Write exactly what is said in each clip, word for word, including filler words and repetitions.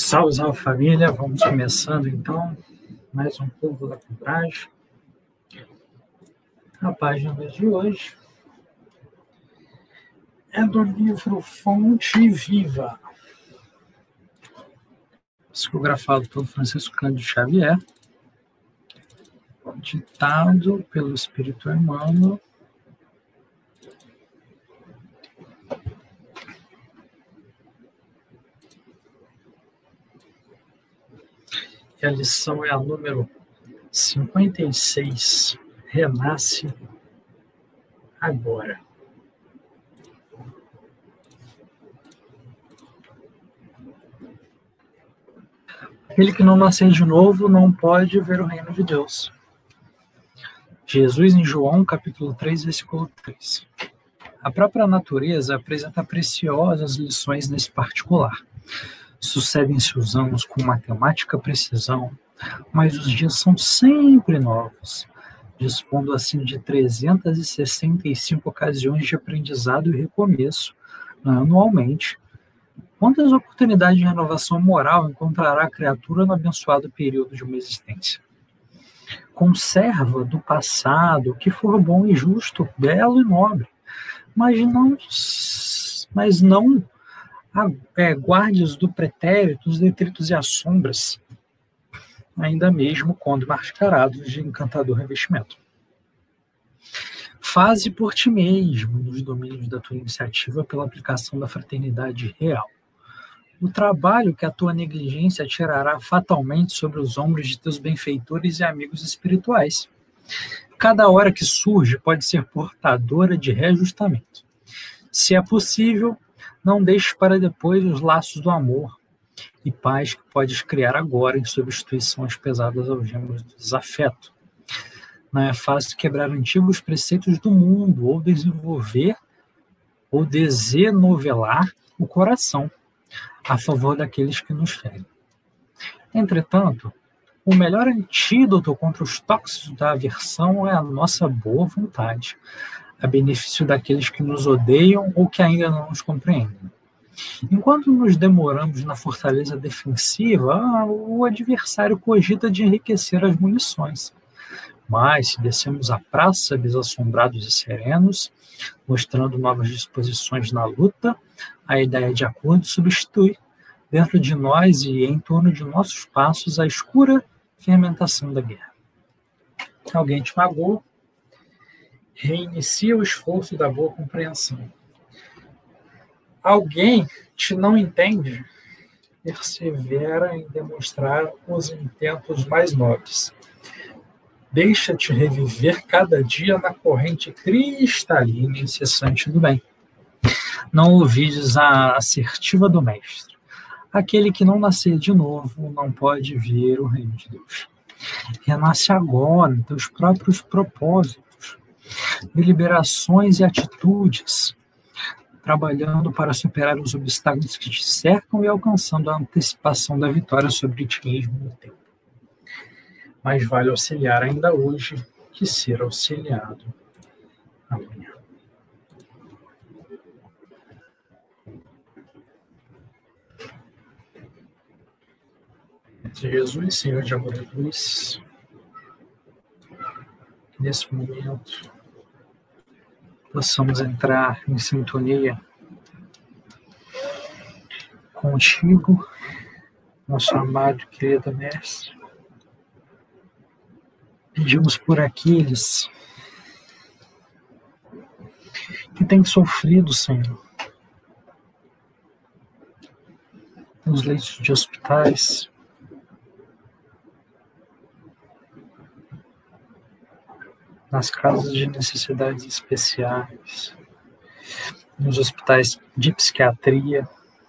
Salve, salve família, vamos começando então mais um Povo da Coragem. A página de hoje é do livro Fonte Viva, psicografado pelo Francisco Cândido Xavier, ditado pelo Espírito Emmanuel, e a lição é a número cinquenta e seis, Renasce Agora. Aquele que não nascer de novo não pode ver o reino de Deus. Jesus em João, capítulo três, versículo três. A própria natureza apresenta preciosas lições nesse particular. Sucedem-se os anos com matemática precisão, mas os dias são sempre novos, dispondo assim de trezentas e sessenta e cinco ocasiões de aprendizado e recomeço, anualmente. Quantas oportunidades de renovação moral encontrará a criatura no abençoado período de uma existência? Conserva do passado o que for bom e justo, belo e nobre, mas não, mas não é, guardes do pretérito os detritos e as sombras, ainda mesmo quando mascarados de encantador revestimento. Faze por ti mesmo, nos domínios da tua iniciativa, pela aplicação da fraternidade real. O trabalho que a tua negligência tirará fatalmente sobre os ombros de teus benfeitores e amigos espirituais. Cada hora que surge pode ser portadora de reajustamento. Se é possível, não deixes para depois os laços do amor e paz que podes criar agora em substituição às pesadas algemas do desafeto. Não é fácil quebrar antigos preceitos do mundo ou desenvolver ou desenovelar o coração a favor daqueles que nos ferem. Entretanto, o melhor antídoto contra os tóxicos da aversão é a nossa boa vontade, a benefício daqueles que nos odeiam ou que ainda não nos compreendem. Enquanto nos demoramos na fortaleza defensiva, o adversário cogita de enriquecer as munições. Mas, se descemos a praça desassombrados e serenos, mostrando novas disposições na luta, a ideia de acordo substitui, dentro de nós e em torno de nossos passos, a escura fermentação da guerra. Alguém te magoou? Reinicia o esforço da boa compreensão. Alguém te não entende? Persevera em demonstrar os intentos mais nobres. Deixa-te reviver cada dia na corrente cristalina e incessante do bem. Não ouvides a assertiva do Mestre. Aquele que não nascer de novo não pode ver o reino de Deus. Renasce agora em teus próprios propósitos, deliberações e atitudes, trabalhando para superar os obstáculos que te cercam e alcançando a antecipação da vitória sobre ti mesmo no tempo. Mais vale auxiliar ainda hoje que ser auxiliado amanhã. Jesus, Senhor de amor e luz, nesse momento possamos entrar em sintonia contigo, nosso amado e querido Mestre. Pedimos por aqueles que têm sofrido, Senhor, nos leitos de hospitais, nas casas de necessidades especiais, nos hospitais de psiquiatria,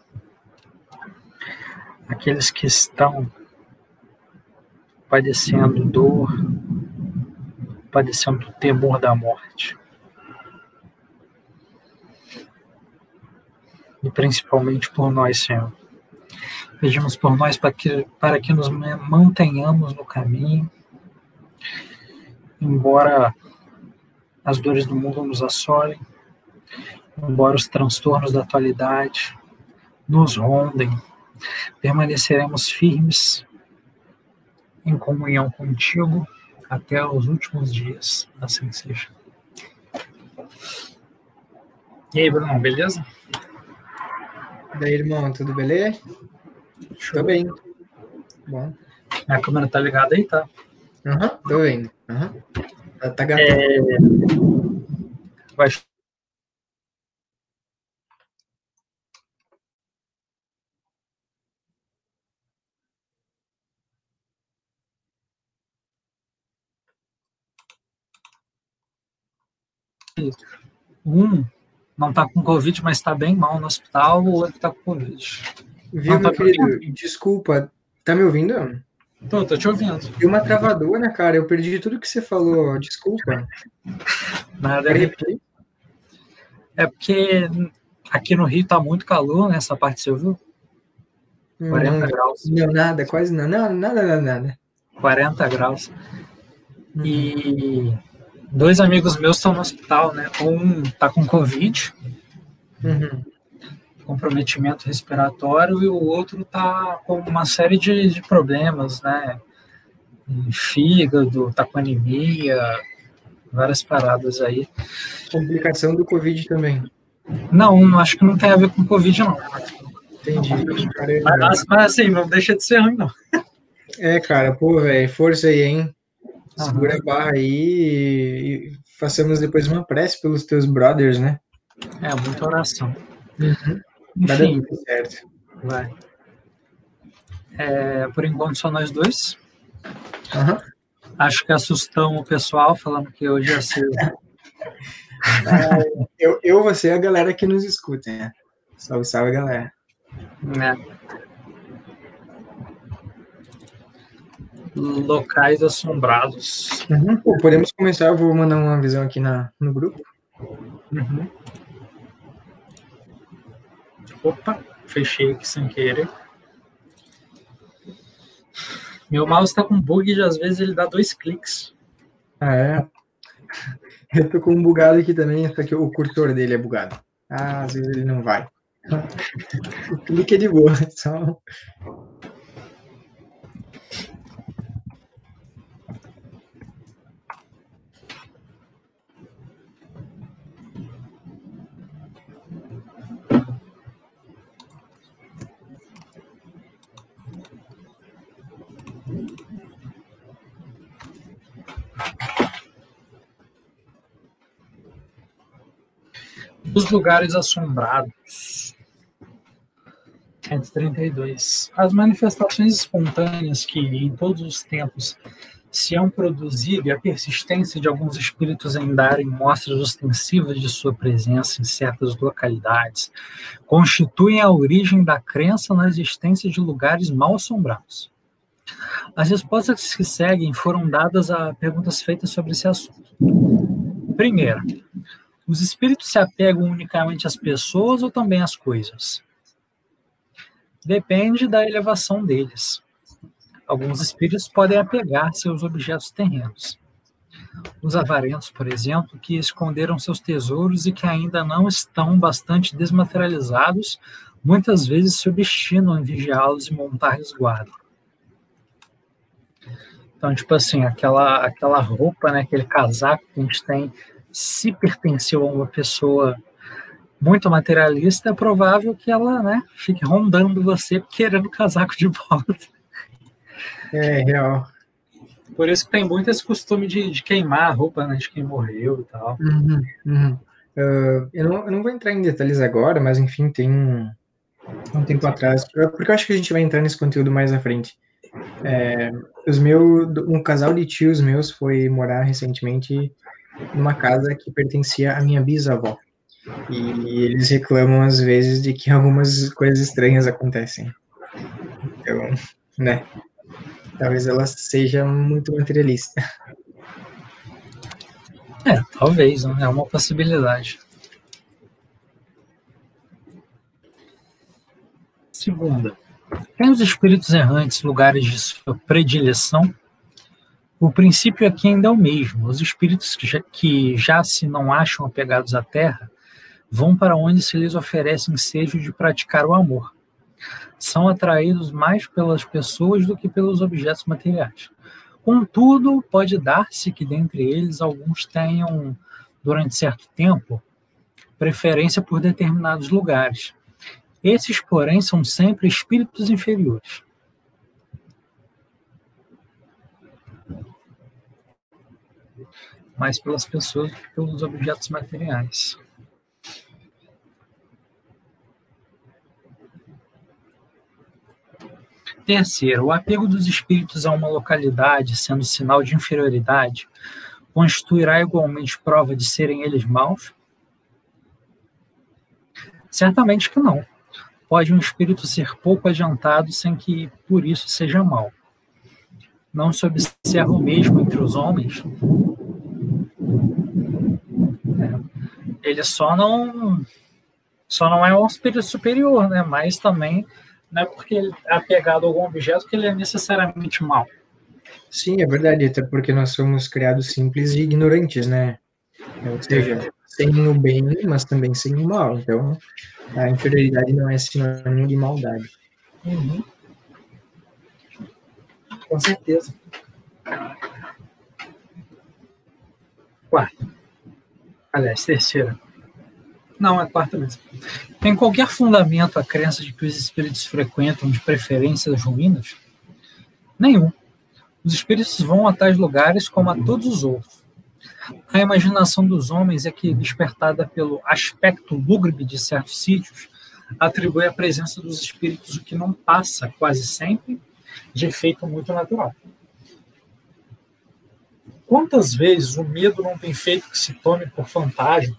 aqueles que estão padecendo dor, padecendo o temor da morte. E principalmente por nós, Senhor. Pedimos por nós para que, para que nos mantenhamos no caminho, embora as dores do mundo nos assolem, embora os transtornos da atualidade nos rondem, permaneceremos firmes em comunhão contigo até os últimos dias, assim seja. E aí, Bruno, beleza? E aí, irmão, tudo beleza? Show. Tô bem. Bom. Minha câmera tá ligada aí, tá? Aham, uhum, tô vendo. Uhum. Tá, tá gatão. É... Vai... Um não tá com Covid, mas tá bem mal no hospital, o outro tá com Covid. Viu, não meu tá querido? Desculpa, tá me ouvindo? Tô, tô te ouvindo. Deu uma travadora, cara, eu perdi tudo que você falou, desculpa. Nada a repetir. É porque aqui no Rio tá muito calor, nessa parte você viu? quarenta não, graus. Não, nada, quase não. Não, nada, nada, nada. quarenta graus. Uhum. E dois amigos meus estão no hospital, né? Um tá com Covid, uhum. comprometimento respiratório, e o outro tá com uma série de, de problemas, né? Fígado, tá com anemia, várias paradas aí. Complicação do Covid também. Não, acho que não tem a ver com Covid, não. Entendi. Mas, mas assim, não deixa de ser ruim, não. É, cara, pô, velho, força aí, hein? Segura Aham. a barra aí e, e façamos depois uma prece pelos teus brothers, né? É, muita oração. Uhum. Enfim, vai dar tudo certo. Vai. É, por enquanto só nós dois. Uhum. Acho que assustamos o pessoal falando que hoje ia ser... ah, eu, eu, você e a galera que nos escuta, né? Salve, salve, galera. É. Locais assombrados. Uhum. Pô, podemos começar, eu vou mandar uma visão aqui na, no grupo. Uhum. Opa, fechei aqui sem querer. Meu mouse tá com bug e às vezes ele dá dois cliques. Ah, é? Eu tô com um bugado aqui também, só que o cursor dele é bugado. Ah, às vezes ele não vai. O clique é de boa, só... Os lugares assombrados. cento e trinta e dois. As manifestações espontâneas que, em todos os tempos, se hão produzido e a persistência de alguns espíritos em darem mostras ostensivas de sua presença em certas localidades constituem a origem da crença na existência de lugares mal assombrados. As respostas que seguem foram dadas a perguntas feitas sobre esse assunto. Primeira, os espíritos se apegam unicamente às pessoas ou também às coisas? Depende da elevação deles. Alguns espíritos podem apegar-se aos objetos terrenos. Os avarentos, por exemplo, que esconderam seus tesouros e que ainda não estão bastante desmaterializados, muitas vezes se obstinam em vigiá-los e montar-lhes guarda. Então, tipo assim, aquela, aquela roupa, né, aquele casaco que a gente tem, se pertenceu a uma pessoa muito materialista, é provável que ela, né, fique rondando você querendo o casaco de volta. É, real. Por isso que tem muito esse costume de, de queimar a roupa, né, de quem morreu e tal. Uhum, uhum. Uh, eu, não, eu não vou entrar em detalhes agora, mas enfim, tem um, um tempo atrás, porque eu acho que a gente vai entrar nesse conteúdo mais à frente. É, os meus, um casal de tios meus foi morar recentemente numa casa que pertencia à minha bisavó. E eles reclamam, às vezes, de que algumas coisas estranhas acontecem. Então, né? Talvez ela seja muito materialista. É, talvez, né? É uma possibilidade. Segunda, tem os espíritos errantes lugares de sua predileção? O princípio aqui ainda é o mesmo. Os espíritos que já, que já se não acham apegados à terra vão para onde se lhes oferece ensejo de praticar o amor. São atraídos mais pelas pessoas do que pelos objetos materiais. Contudo, pode dar-se que dentre eles alguns tenham, durante certo tempo, preferência por determinados lugares. Esses, porém, são sempre espíritos inferiores. Mais pelas pessoas do que pelos objetos materiais. Terceiro, o apego dos espíritos a uma localidade, sendo sinal de inferioridade, constituirá igualmente prova de serem eles maus? Certamente que não. Pode um espírito ser pouco adiantado sem que por isso seja mau. Não se observa o mesmo entre os homens. É. Ele só não, só não é um espírito superior, né? Mas também não é porque ele é apegado a algum objeto que ele é necessariamente mau. Sim, é verdade, até porque nós somos criados simples e ignorantes, né? Ou seja, sem o bem, mas também sem o mal. Então, a inferioridade não é sinônimo de maldade. Uhum. Com certeza. Quarta. Aliás, terceira. Não, é quarta mesmo. Tem qualquer fundamento a crença de que os espíritos frequentam de preferência as ruínas? Nenhum. Os espíritos vão a tais lugares como a todos os outros. A imaginação dos homens é que, despertada pelo aspecto lúgubre de certos sítios, atribui à presença dos espíritos o que não passa, quase sempre, de efeito muito natural. Quantas vezes o medo não tem feito que se tome por fantasma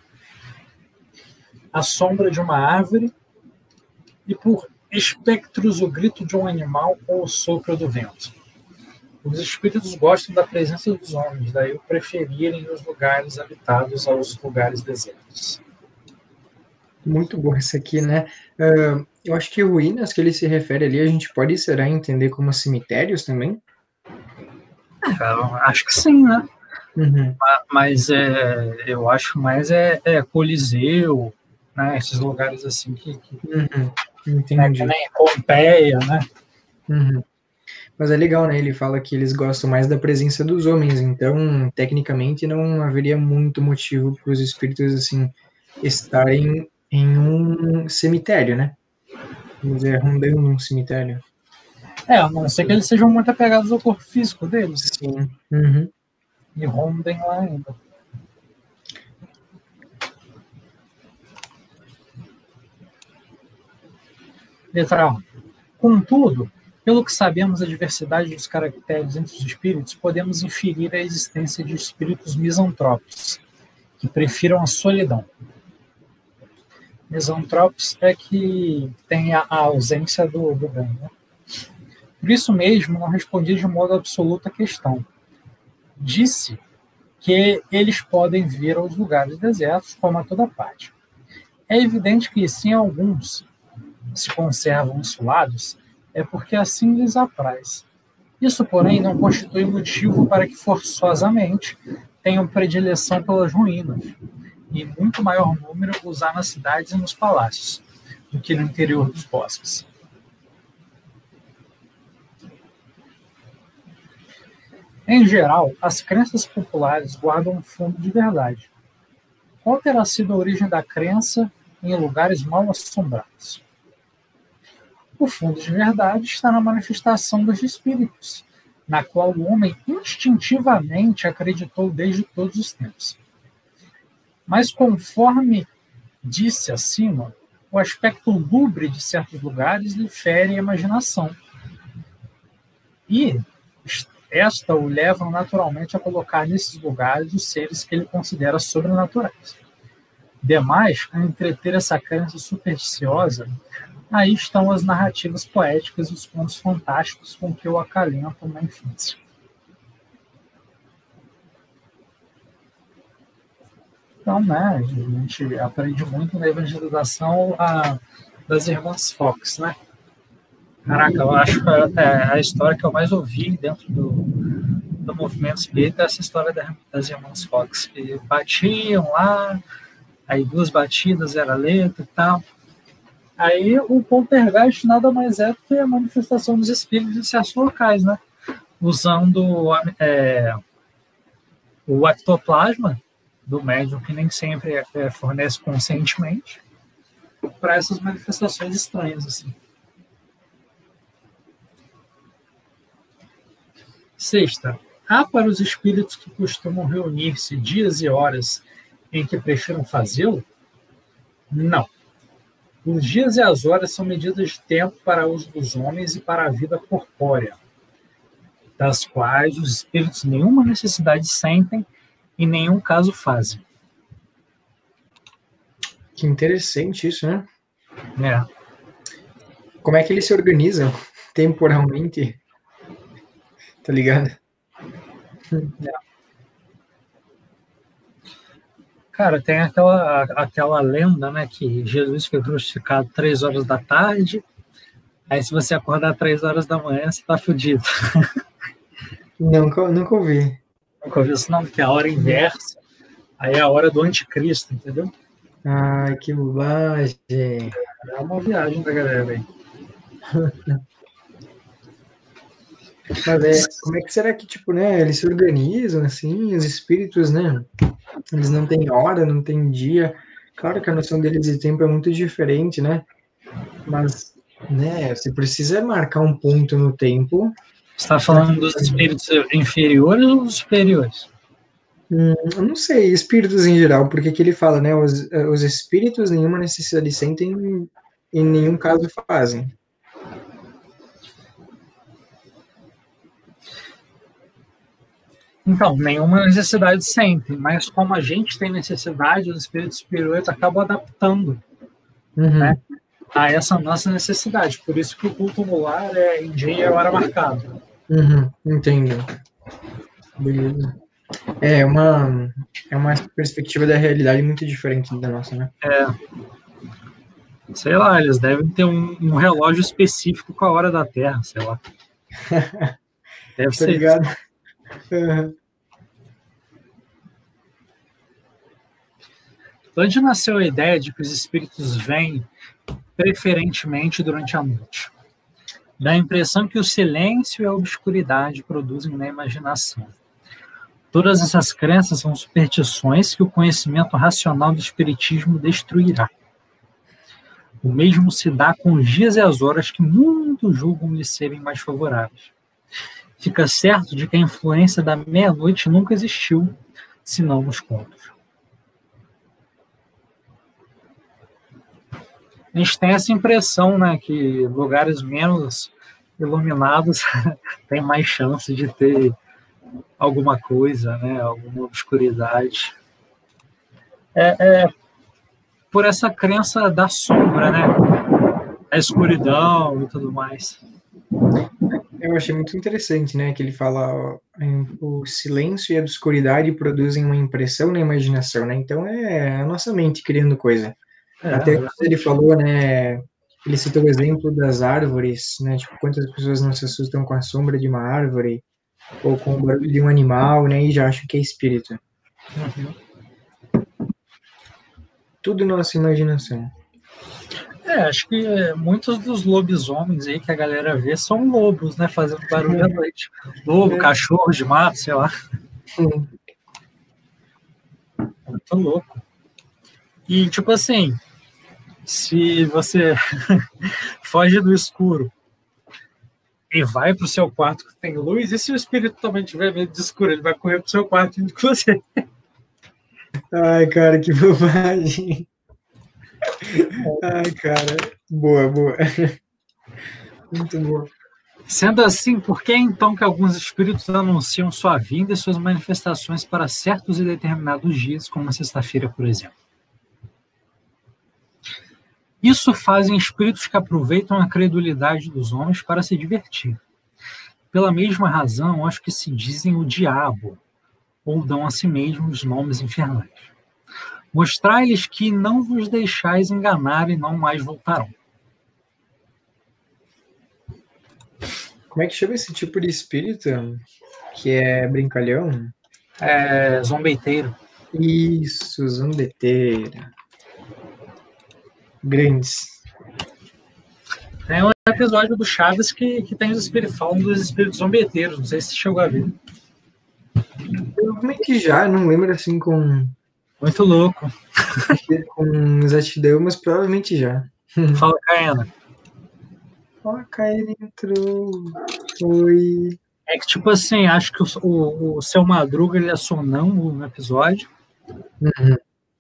a sombra de uma árvore e por espectros o grito de um animal ou o sopro do vento? Os espíritos gostam da presença dos homens, daí o preferirem os lugares habitados aos lugares desertos. Muito bom isso aqui, né? Uh, eu acho que ruínas que ele se refere ali, a gente pode, será, entender como cemitérios também? É, eu acho que sim, né? Uhum. Mas é, eu acho mais é, é Coliseu, né? Esses lugares assim que... que uhum. Entendi. É, que nem Pompeia, né? Uhum. Mas é legal, né? Ele fala que eles gostam mais da presença dos homens, então, tecnicamente, não haveria muito motivo para os espíritos, assim, estarem em um cemitério, né? Vamos dizer, rondando um cemitério. É, a não ser que eles sejam muito apegados ao corpo físico deles. Sim. Uhum. E rondem lá ainda. Letra A. Contudo, pelo que sabemos da diversidade dos caracteres entre os espíritos, podemos inferir a existência de espíritos misantrópicos, que prefiram a solidão. Misantrópicos é que tem a, a ausência do, do bem, né? Por isso mesmo, não respondi de modo absoluto a questão. Disse que eles podem vir aos lugares desertos como a toda parte. É evidente que, se em alguns se conservam insulados, é porque assim lhes apraz. Isso, porém, não constitui motivo para que forçosamente tenham predileção pelas ruínas, e muito maior número usar nas cidades e nos palácios, do que no interior dos bosques. Em geral, as crenças populares guardam um fundo de verdade. Qual terá sido a origem da crença em lugares mal assombrados? O fundo de verdade está na manifestação dos espíritos, na qual o homem instintivamente acreditou desde todos os tempos. Mas, conforme disse acima, o aspecto lúgubre de certos lugares lhe fere a imaginação. E esta o leva naturalmente a colocar nesses lugares os seres que ele considera sobrenaturais. Demais, a entreter essa crença supersticiosa, aí estão as narrativas poéticas e os contos fantásticos com que eu acalento na infância. Então, né, a gente aprende muito na evangelização a, das irmãs Fox, né? Caraca, eu acho que é a história que eu mais ouvi dentro do, do movimento espírita, essa história das irmãs Fox, que batiam lá, aí duas batidas era letra e tal. Aí o poltergeist nada mais é do que a manifestação dos espíritos em certos locais, né? Usando é, o ectoplasma do médium, que nem sempre é, fornece conscientemente, para essas manifestações estranhas, assim. Sexta, há para os espíritos que costumam reunir-se dias e horas em que prefiram fazê-lo? Não. Os dias e as horas são medidas de tempo para o uso dos homens e para a vida corpórea, das quais os espíritos nenhuma necessidade sentem e nenhum caso fazem. Que interessante isso, né? É. Como é que eles se organizam temporalmente? Tá ligado? É. Cara, tem aquela, aquela lenda, né, que Jesus foi crucificado três horas da tarde, aí se você acordar três horas da manhã, você tá fudido. Nunca, nunca ouvi. Nunca ouvi isso não, porque é a hora inversa, aí é a hora do anticristo, entendeu? Ai, que bobagem. É uma viagem da galera aí. Mas é, como é que será que, tipo, né, eles se organizam, assim, os espíritos, né, eles não têm hora, não têm dia, claro que a noção deles de tempo é muito diferente, né, mas, né, você precisa marcar um ponto no tempo. Você está falando dos espíritos inferiores ou dos superiores? Hum, eu não sei, espíritos em geral, porque que ele fala, né, os, os espíritos nenhuma necessidade sentem, em nenhum caso fazem. Então, nenhuma necessidade sempre, mas como a gente tem necessidade, os espíritos superiores acabam adaptando, uhum. né, a essa nossa necessidade. Por isso que o culto no lar é em dia e hora marcada. Uhum, entendo. Beleza. É uma, é uma perspectiva da realidade muito diferente da nossa, né? É. Sei lá, eles devem ter um, um relógio específico com a hora da Terra, sei lá. Deve Tá ser. ligado? Uhum. Onde nasceu a ideia de que os espíritos vêm preferentemente durante a noite? Dá a impressão que o silêncio e a obscuridade produzem na imaginação. Todas essas crenças são superstições que o conhecimento racional do espiritismo destruirá. O mesmo se dá com os dias e as horas que muitos julgam lhe serem mais favoráveis. Fica certo de que a influência da meia-noite nunca existiu, senão nos contos. A gente tem essa impressão, né, que lugares menos iluminados têm mais chance de ter alguma coisa, né, alguma obscuridade. É, é por essa crença da sombra, né, a escuridão e tudo mais. Eu achei muito interessante, né, que ele fala ó, o silêncio e a obscuridade produzem uma impressão na imaginação, né, então é a nossa mente criando coisa. É, Até é. Ele falou, né, ele citou o exemplo das árvores, né, tipo, quantas pessoas não se assustam com a sombra de uma árvore ou com o barulho de um animal, né, e já acham que é espírito. Uhum. Tudo nossa imaginação. É, acho que muitos dos lobisomens aí que a galera vê são lobos, né, fazendo barulho à noite. Lobo, é. Cachorro de mato, sei lá. Hum. Muito louco. E, tipo assim, se você foge do escuro e vai pro seu quarto que tem luz, e se o espírito também tiver medo de escuro, ele vai correr pro seu quarto junto com você. Ai, cara, que bobagem. Ai, cara. Boa, boa. Muito boa. Sendo assim, por que então que alguns espíritos anunciam sua vinda e suas manifestações para certos e determinados dias, como a sexta-feira, por exemplo? Isso fazem espíritos que aproveitam a credulidade dos homens para se divertir. Pela mesma razão, acho que se dizem o diabo, ou dão a si mesmos nomes infernais. Mostrai-lhes que não vos deixais enganar e não mais voltarão. Como é que chama esse tipo de espírito? Que é brincalhão? É zombeteiro. Isso, zombeteiro. Grandes. Tem um episódio do Chaves que, que tem os espíritos, falam dos espíritos zombeteiros, não sei se você chegou a ver. Provavelmente já, não lembro assim com... Muito louco. com exatidão, mas provavelmente já. Fala, Caena. Ó, a Caena entrou. Oi. É que, tipo assim, acho que o, o, o Seu Madruga, ele é sonâmbulo no episódio. Uhum.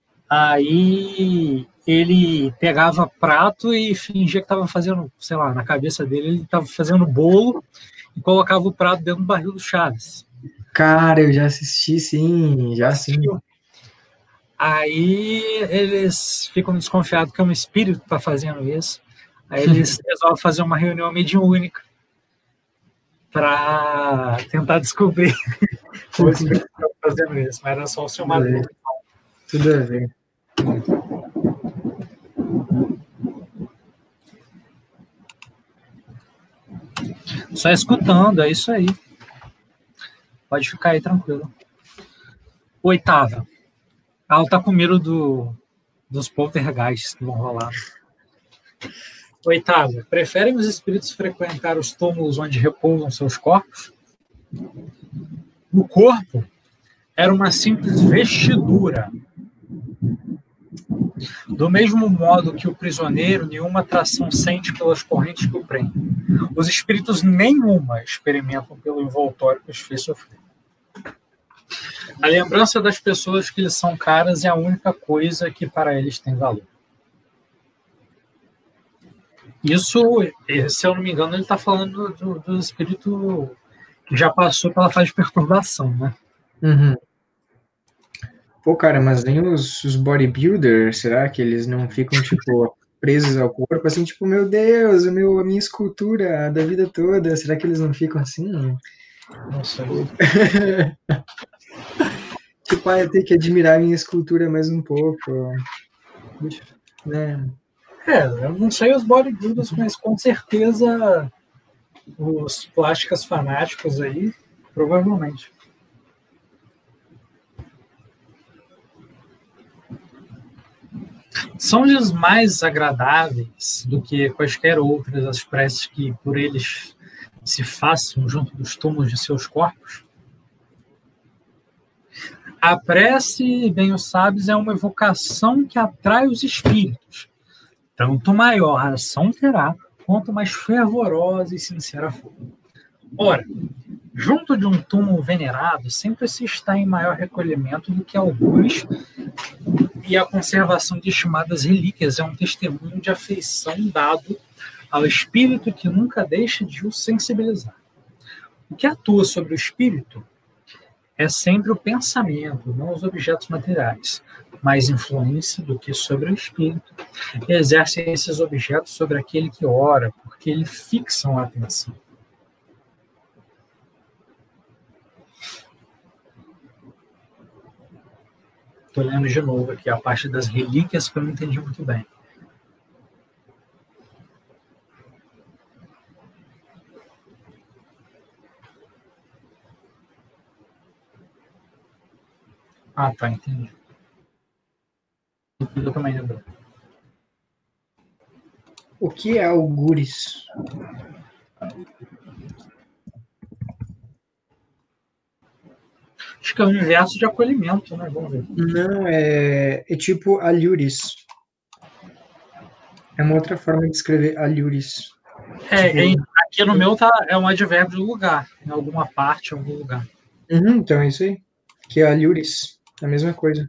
Aí ele pegava prato e fingia que estava fazendo, sei lá, na cabeça dele, ele estava fazendo bolo e colocava o prato dentro do barril do Chaves. Cara, eu já assisti, sim, já sim. Aí eles ficam desconfiados que é um espírito que está fazendo isso. Aí eles resolvem fazer uma reunião mediúnica para tentar descobrir o espírito que está fazendo isso, mas era só o Seu Madruga. Tudo a ver. Só escutando, é isso aí. Pode ficar aí tranquilo. Oitava. Ela tá com medo do, dos poltergeists que vão rolar. Oitava. Preferem os espíritos frequentar os túmulos onde repousam seus corpos? O corpo era uma simples vestidura. Do mesmo modo que o prisioneiro nenhuma atração sente pelas correntes que o prendem. Os espíritos nenhuma experimentam pelo envoltório que os fez sofrer. A lembrança das pessoas que lhes são caras é a única coisa que para eles tem valor. Isso, se eu não me engano, ele está falando do, do espírito que já passou pela fase de perturbação, né? Uhum. Pô, cara, mas nem os, os bodybuilders, será que eles não ficam, tipo, presos ao corpo? Assim, tipo, meu Deus, o meu, a minha escultura da vida toda, será que eles não ficam assim? Não sei. Tipo, ah, eu tenho que admirar a minha escultura mais um pouco. Né? É, eu não sei os bodybuilders, mas com certeza os plásticos fanáticos aí, provavelmente. São-lhes mais agradáveis do que quaisquer outras as preces que por eles se façam junto dos túmulos de seus corpos? A prece, bem o sabes, é uma evocação que atrai os espíritos. Tanto maior a ação terá, quanto mais fervorosa e sincera for. Ora, junto de um túmulo venerado, sempre se está em maior recolhimento do que alguns, e a conservação de estimadas relíquias é um testemunho de afeição dado ao espírito que nunca deixa de o sensibilizar. O que atua sobre o espírito é sempre o pensamento, não os objetos materiais, mais influência do que sobre o espírito. E exercem esses objetos sobre aquele que ora, porque eles fixam a atenção. Estou lendo de novo aqui a parte das relíquias que eu não entendi muito bem. Ah, tá, entendi. Eu também lembro. O que é algures? Acho que é o universo de acolhimento, né? Vamos ver. Não, é, é tipo alhures. É uma outra forma de escrever alhures. É, tipo... em, aqui no meu tá, é um advérbio de lugar, em alguma parte, em algum lugar. Uhum, então é isso aí. Que é alhures. É a mesma coisa.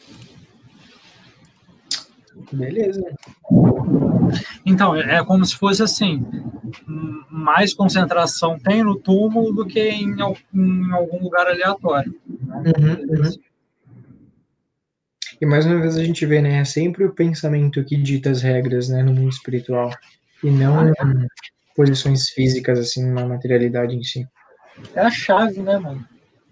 Beleza. Então, é como se fosse assim, mais concentração tem no túmulo do que em, em algum lugar aleatório. Né? Uhum, uhum. E mais uma vez a gente vê, né, é sempre o pensamento que dita as regras, né, no mundo espiritual, e não ah, é. posições físicas, assim, na materialidade em si. É a chave, né, mano?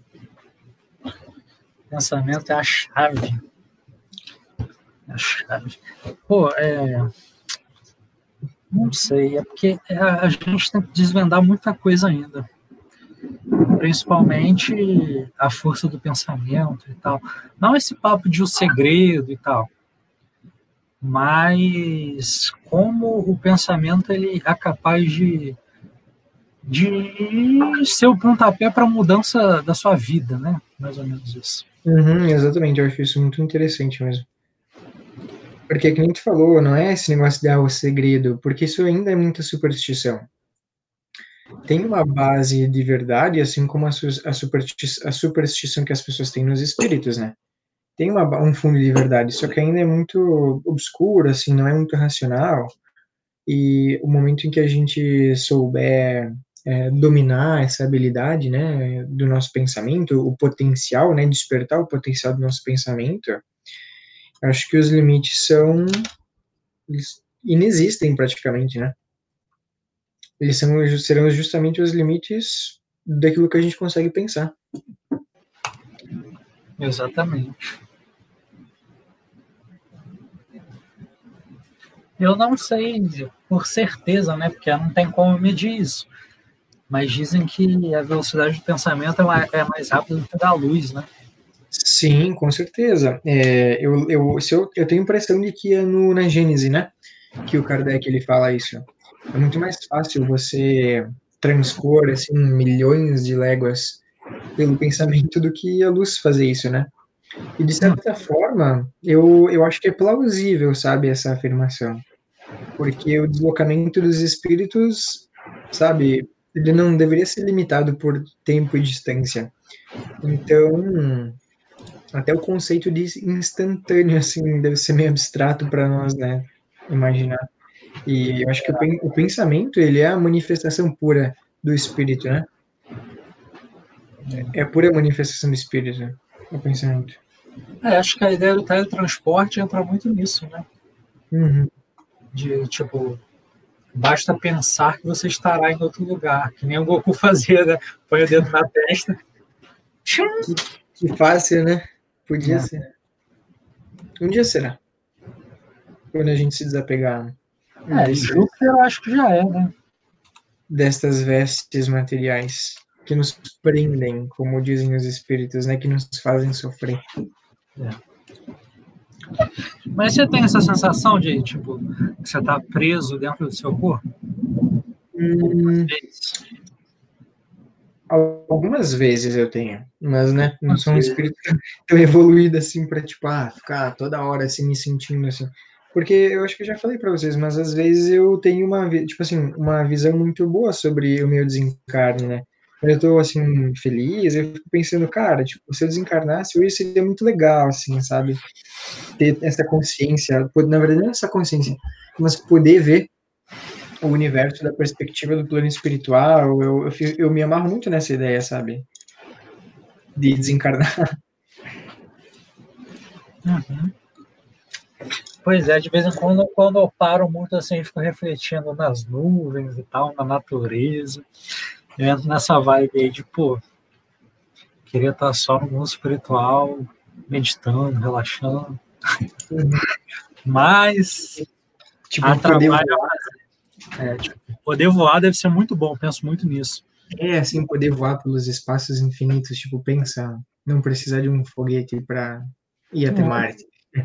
O pensamento é a chave. É a chave. Pô, é... Não sei, é porque a gente tem que desvendar muita coisa ainda. Principalmente a força do pensamento e tal. Não esse papo de o segredo e tal. mas como o pensamento ele é capaz de, de ser o pontapé para a mudança da sua vida, né? Mais ou menos isso. Uhum, exatamente, eu acho isso muito interessante mesmo. Porque, que nem tu falou, não é esse negócio de ah, o segredo, porque isso ainda é muita superstição. Tem uma base de verdade, assim como a, su a, supersti a superstição que as pessoas têm nos espíritos, né? Tem uma, um fundo de verdade, só que ainda é muito obscuro, assim, não é muito racional. E o momento em que a gente souber é, dominar essa habilidade, né, do nosso pensamento, o potencial, né, despertar o potencial do nosso pensamento, acho que os limites são, eles inexistem praticamente, né? Eles são, serão justamente os limites daquilo que a gente consegue pensar. Exatamente. Eu não sei por certeza, né? Porque não tem como medir isso. Mas dizem que a velocidade do pensamento é mais rápida do que a da luz, né? Sim, com certeza. É, eu, eu, se eu, eu tenho a impressão de que é no, na Gênese, né? Que o Kardec ele fala isso. É muito mais fácil você transpor assim, milhões de léguas pelo pensamento do que a luz fazer isso, né? E de certa forma, eu, eu acho que é plausível, sabe, essa afirmação. Porque o deslocamento dos espíritos, sabe, ele não deveria ser limitado por tempo e distância. Então, até o conceito de instantâneo, assim, deve ser meio abstrato para nós, né, imaginar. E eu acho que o, o pensamento, ele é a manifestação pura do espírito, né? É a pura manifestação do espírito, o pensamento. É, acho que a ideia do teletransporte entra muito nisso, né? Uhum. De, tipo, basta pensar que você estará em outro lugar, que nem o Goku fazia, né? Põe o dedo na testa. Que, que fácil, né? Podia é. ser. Um dia será. Quando a gente se desapegar. É, Júpiter eu acho que já é, né? Destas vestes materiais que nos prendem, como dizem os espíritos, né? Que nos fazem sofrer. É. Mas você tem essa sensação de, tipo, que você tá preso dentro do seu corpo? Hum, algumas vezes eu tenho, mas, né, não sou um espírito tão evoluído assim pra, tipo, ah, ficar toda hora assim, me sentindo assim. Porque eu acho que eu já falei pra vocês, mas às vezes eu tenho uma, tipo assim, uma visão muito boa sobre o meu desencarne, né? Quando eu tô, assim, feliz, eu fico pensando, cara, tipo, se eu desencarnasse hoje seria muito legal, assim, sabe? Ter essa consciência, na verdade não essa consciência, mas poder ver o universo da perspectiva do plano espiritual. Eu, eu, eu me amarro muito nessa ideia, sabe? De desencarnar. Uhum. Pois é, de vez em quando, quando eu paro muito assim, fico refletindo nas nuvens e tal, na natureza. Eu entro nessa vibe aí de, pô, queria estar só no mundo espiritual, meditando, relaxando. Uhum. Mas tipo, a trabalho é, tipo, poder voar deve ser muito bom, penso muito nisso. É, assim, poder voar pelos espaços infinitos, tipo, pensa, não precisar de um foguete para ir até Marte.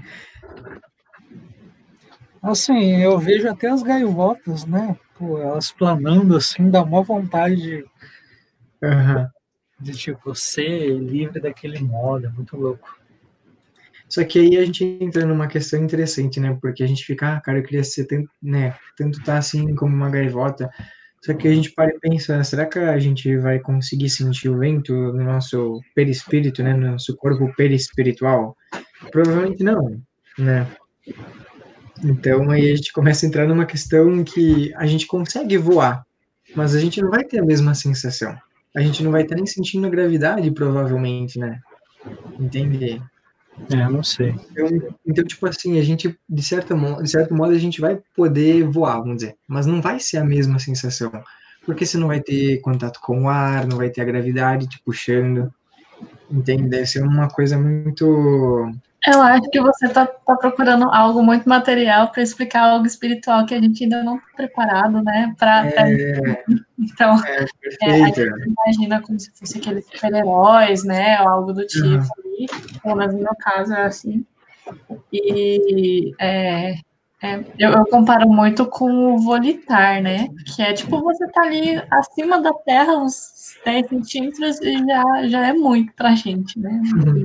Assim, eu vejo até as gaivotas, né? Pô, elas planando assim, dá uma vontade de, uhum. de, tipo, ser livre daquele modo, é muito louco. Só que aí a gente entra numa questão interessante, né? Porque a gente fica, ah, cara, eu queria ser tanto, né? Tanto tá assim como uma gaivota. Só que a gente para e pensa, será que a gente vai conseguir sentir o vento no nosso perispírito, né? No nosso corpo perispiritual? Provavelmente não, né? Então aí a gente começa a entrar numa questão que a gente consegue voar, mas a gente não vai ter a mesma sensação. A gente não vai estar nem sentindo a gravidade, provavelmente, né? Entende? É, não sei. Então, então, tipo assim, a gente, de, certa, de certo modo, a gente vai poder voar, vamos dizer, mas não vai ser a mesma sensação, porque você não vai ter contato com o ar, não vai ter a gravidade te puxando, entende? Deve ser uma coisa muito... Eu acho que você está tá procurando algo muito material para explicar algo espiritual que a gente ainda não está preparado, né? Pra, é... pra... Então, é, é, a gente imagina como se fosse aqueles super-heróis, né? Ou algo do tipo. Uhum. Ali. Pelo menos no meu caso é assim. E é, É, eu, eu comparo muito com o volitar, né? Que é tipo, você tá ali acima da terra, uns dez centímetros, e já, já é muito pra gente, né? Uhum.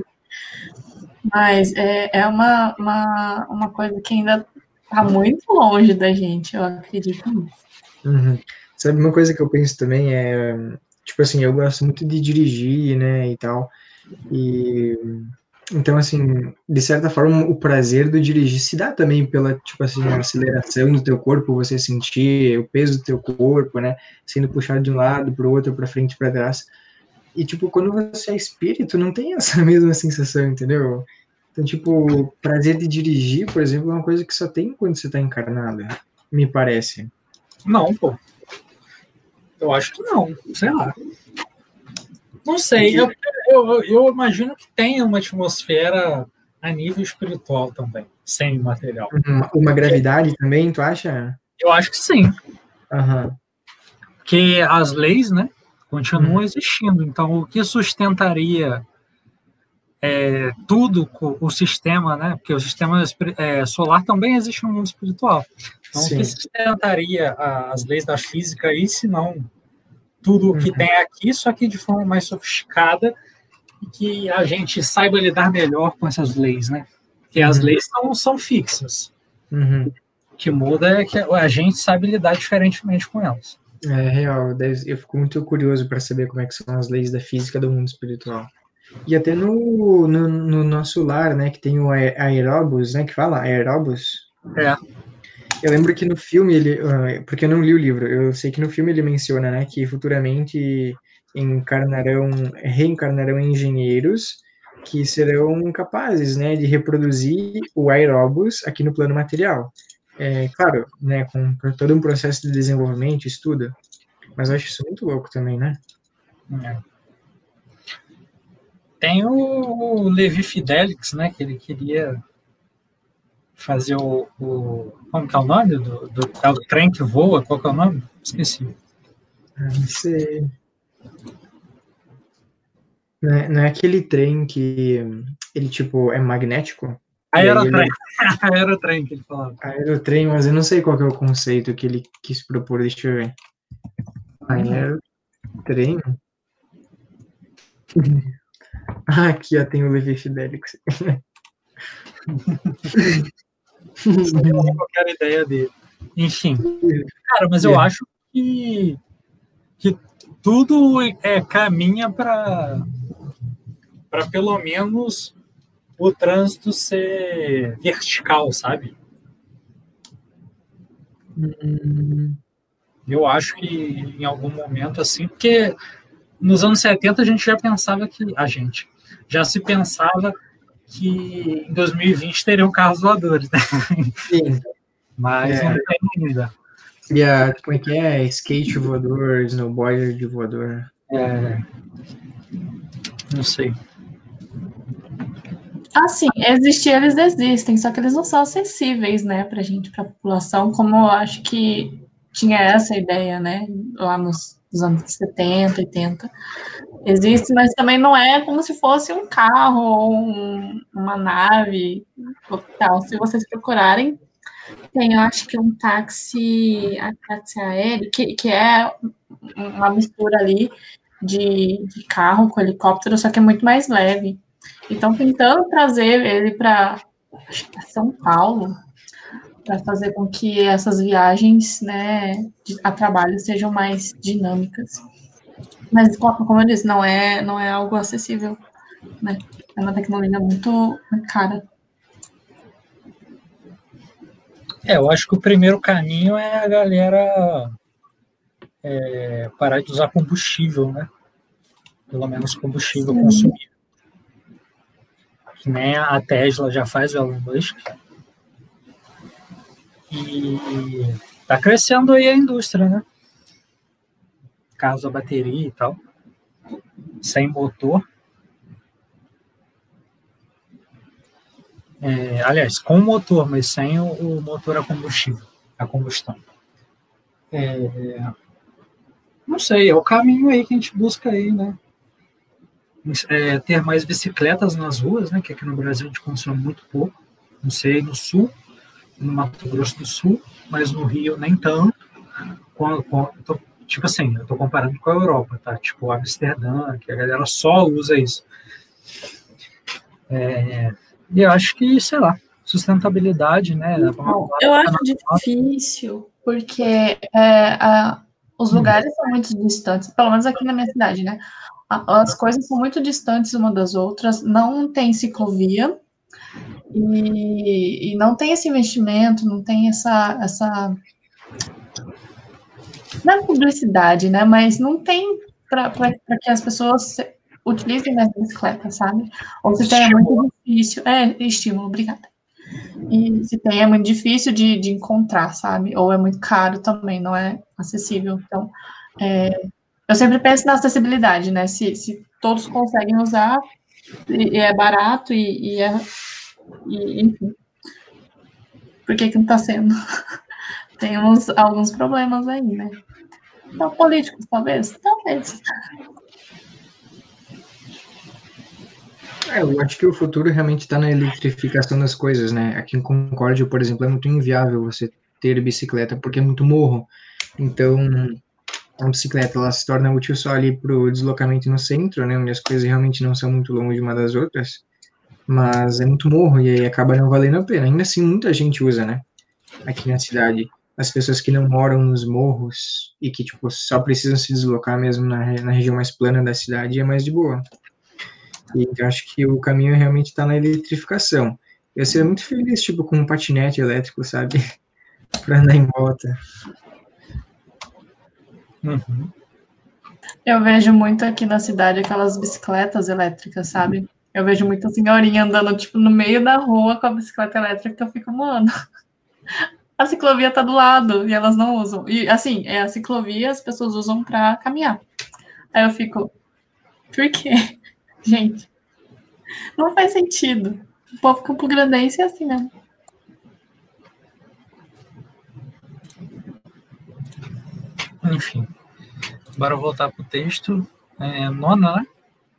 Mas é, é uma, uma, uma coisa que ainda tá muito longe da gente, eu acredito nisso. Uhum. Sabe, uma coisa que eu penso também é, tipo assim, eu gosto muito de dirigir, né, e tal, e então, assim, de certa forma, o prazer do dirigir se dá também pela, tipo assim, a aceleração do teu corpo, você sentir o peso do teu corpo, né, sendo puxado de um lado para o outro, para frente, para trás. E, tipo, quando você é espírito, não tem essa mesma sensação, entendeu? Então, tipo, o prazer de dirigir, por exemplo, é uma coisa que só tem quando você tá encarnado, me parece. Não, pô. Eu acho que não, sei lá. Não sei, eu, eu, eu imagino que tenha uma atmosfera a nível espiritual também, sem material. Uma, uma gravidade também, tu acha? Eu acho que sim, Aham. porque as leis, né, continuam Uhum. existindo. Então, o que sustentaria é, tudo o sistema, né? Porque o sistema é, solar também existe no mundo espiritual. Então, o que Sim. sustentaria as leis da física aí, se não tudo o que Uhum. tem aqui, só que de forma mais sofisticada e que a gente saiba lidar melhor com essas leis, né? Porque as Uhum. leis são, são fixas. Uhum. O que muda é que a gente sabe lidar diferentemente com elas. É real, deve- eu fico muito curioso para saber como é que são as leis da física do mundo espiritual. E até no, no, no nosso lar, né, que tem o Ae- Aerobus, né, que fala Aerobus. É. Eu lembro que no filme ele, ah, porque eu não li o livro, eu sei que no filme ele menciona, né, que futuramente encarnarão, reencarnarão engenheiros que serão capazes, né, de reproduzir o Aerobus aqui no plano material. É, claro, né, com, com todo um processo de desenvolvimento, estudo, mas eu acho isso muito louco também, né? É. Tem o Levi Fidelix, né? Que ele queria fazer o, o como que é o nome do, do, é o trem que voa? Qual que é o nome? Esqueci. Ah, não sei. Não é, não é aquele trem que ele, tipo, é magnético? E aí ele Aerotrem. Aerotrem que ele falava. aerotrem, mas eu não sei qual que é o conceito que ele quis propor, deixa eu ver. Aerotrem? Ah, aqui, ó, tem o Levi Fidelix. Sem qualquer ideia dele. Enfim. Cara, mas eu acho que, que tudo é, caminha para para pelo menos o trânsito ser vertical, sabe? Hum, Eu acho que em algum momento assim, porque nos anos setenta a gente já pensava que a gente já se pensava que em dois mil e vinte teriam carros voadores, né? sim. Mas É. não tem ainda. E a, como é que é? Skate voador, snowboarder de voador. É, não sei. Assim, existir eles existem, só que eles não são acessíveis, né, pra gente, pra população, como eu acho que tinha essa ideia, né, lá nos, nos anos setenta, oitenta. Existe, mas também não é como se fosse um carro ou um, uma nave ou tal. Se vocês procurarem, tem, eu acho que um táxi, a táxi aéreo, que, que é uma mistura ali de, de carro com helicóptero, só que é muito mais leve. Então, tentando trazer ele para São Paulo, para fazer com que essas viagens, né, a trabalho sejam mais dinâmicas. Mas, como eu disse, não é, não é algo acessível, né? É uma tecnologia muito cara. É, eu acho que o primeiro caminho é a galera é, parar de usar combustível, né? Pelo menos combustível Sim. consumível. Que nem a Tesla já faz, o Elon Musk. E tá crescendo aí a indústria, né? Carros a bateria e tal. Sem motor. É, aliás, com motor, mas sem o, o motor a combustível, a combustão. É, não sei, é o caminho aí que a gente busca aí, né? É, ter mais bicicletas nas ruas, né? Que aqui no Brasil a gente consome muito pouco. Não sei, no sul, no Mato Grosso do Sul, mas no Rio nem tanto. Com, com, tô, tipo assim, eu estou comparando com a Europa, tá? Tipo Amsterdã, que a galera só usa isso. É, e eu acho que, sei lá, sustentabilidade, né? Bom, eu acho difícil, porque é, a, os lugares hum. são muito distantes, pelo menos aqui na minha cidade, né? As coisas são muito distantes uma das outras, não tem ciclovia e, e não tem esse investimento, não tem essa, essa não é publicidade, né? Mas não tem para que as pessoas utilizem mais bicicleta, sabe? Ou se tem, é muito difícil. É, estímulo, obrigada. E se tem, é muito difícil de, de encontrar, sabe? Ou é muito caro também, não é acessível. Então, é, eu sempre penso na acessibilidade, né? Se, se todos conseguem usar, e, e é barato, e, e é. E, enfim. Por que que não está sendo? Temos alguns problemas aí, né? Então, políticos, talvez? Talvez. É, eu acho que o futuro realmente está na eletrificação das coisas, né? Aqui em Concórdia, por exemplo, é muito inviável você ter bicicleta porque é muito morro. Então, a bicicleta ela se torna útil só ali para o deslocamento no centro, né? Onde as coisas realmente não são muito longe uma das outras. Mas é muito morro e aí acaba não valendo a pena. Ainda assim, muita gente usa, né? Aqui na cidade. As pessoas que não moram nos morros e que, tipo, só precisam se deslocar mesmo na, na região mais plana da cidade é mais de boa. E eu acho que o caminho realmente está na eletrificação. Eu seria muito feliz, tipo, com um patinete elétrico, sabe? Para andar em volta. Uhum. Eu vejo muito aqui na cidade aquelas bicicletas elétricas, sabe? Eu vejo muita senhorinha andando, tipo, no meio da rua com a bicicleta elétrica, que eu fico, mano, a ciclovia tá do lado e elas não usam. E, assim, é a ciclovia as pessoas usam para caminhar. Aí eu fico, por quê? Gente, não faz sentido. O povo campograndense é assim, né? Enfim, bora voltar pro texto. É, nona, né?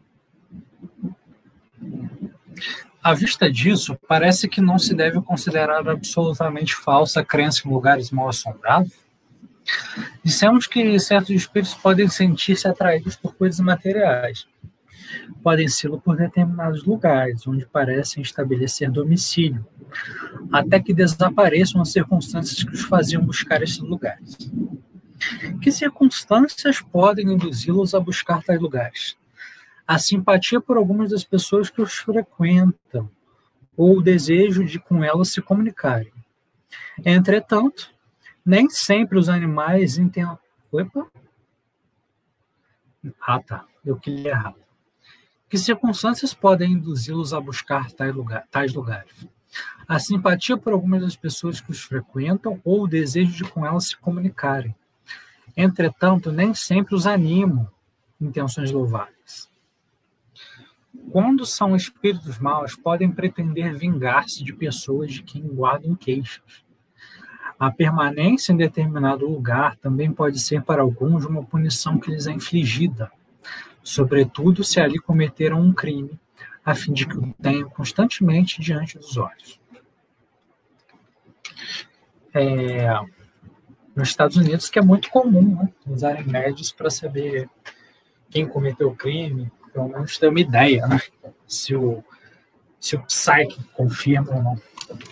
À vista disso, parece que não se deve considerar absolutamente falsa a crença em lugares mal assombrados. Dissemos que certos espíritos podem sentir-se atraídos por coisas materiais. Podem sê-lo por determinados lugares, onde parecem estabelecer domicílio, até que desapareçam as circunstâncias que os faziam buscar esses lugares. Que circunstâncias podem induzi-los a buscar tais lugares? A simpatia por algumas das pessoas que os frequentam, ou o desejo de com elas se comunicarem. Entretanto, nem sempre os animais entendem... Opa! Ah, tá. Eu que li errado. Que circunstâncias podem induzi-los a buscar tais, lugar, tais lugares? A simpatia por algumas das pessoas que os frequentam ou o desejo de com elas se comunicarem. Entretanto, nem sempre os animam intenções louváveis. Quando são espíritos maus, podem pretender vingar-se de pessoas de quem guardam queixas. A permanência em determinado lugar também pode ser para alguns uma punição que lhes é infligida, sobretudo se ali cometeram um crime, a fim de que o tenham constantemente diante dos olhos. É, nos Estados Unidos, que é muito comum, né, usarem médios para saber quem cometeu o crime, pelo menos ter uma ideia, né, se o, se o psyche confirma ou não.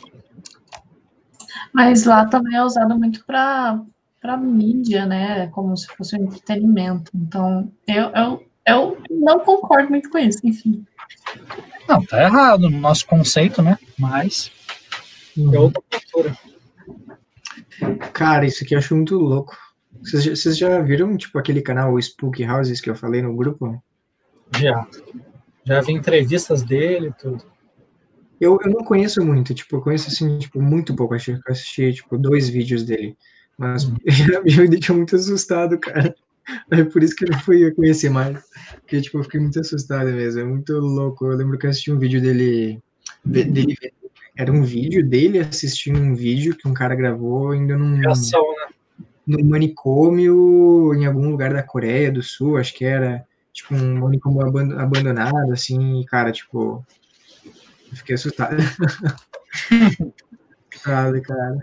Mas lá também é usado muito para para mídia, né, como se fosse um entretenimento. Então, eu, eu, eu não concordo muito com isso, enfim. Não, tá errado no nosso conceito, né, mas uhum. É outra cultura. Cara, isso aqui eu acho muito louco. Vocês, vocês já viram, tipo, aquele canal Spooky Houses que eu falei no grupo? Já. Já vi entrevistas dele e tudo. Eu, eu não conheço muito, tipo, eu conheço, assim, tipo, muito pouco. Acho que eu assisti, tipo, dois vídeos dele. Mas hum. eu me deixou muito assustado, cara. É por isso que eu não fui conhecer mais. Porque, tipo, eu fiquei muito assustado mesmo. É muito louco. Eu lembro que eu assisti um vídeo dele... dele era um vídeo dele assistindo um vídeo que um cara gravou ainda num, Ação, né? num manicômio em algum lugar da Coreia do Sul, acho que era, tipo, um manicômio abandonado, assim, e, cara, tipo, eu fiquei assustado. Cara, cara.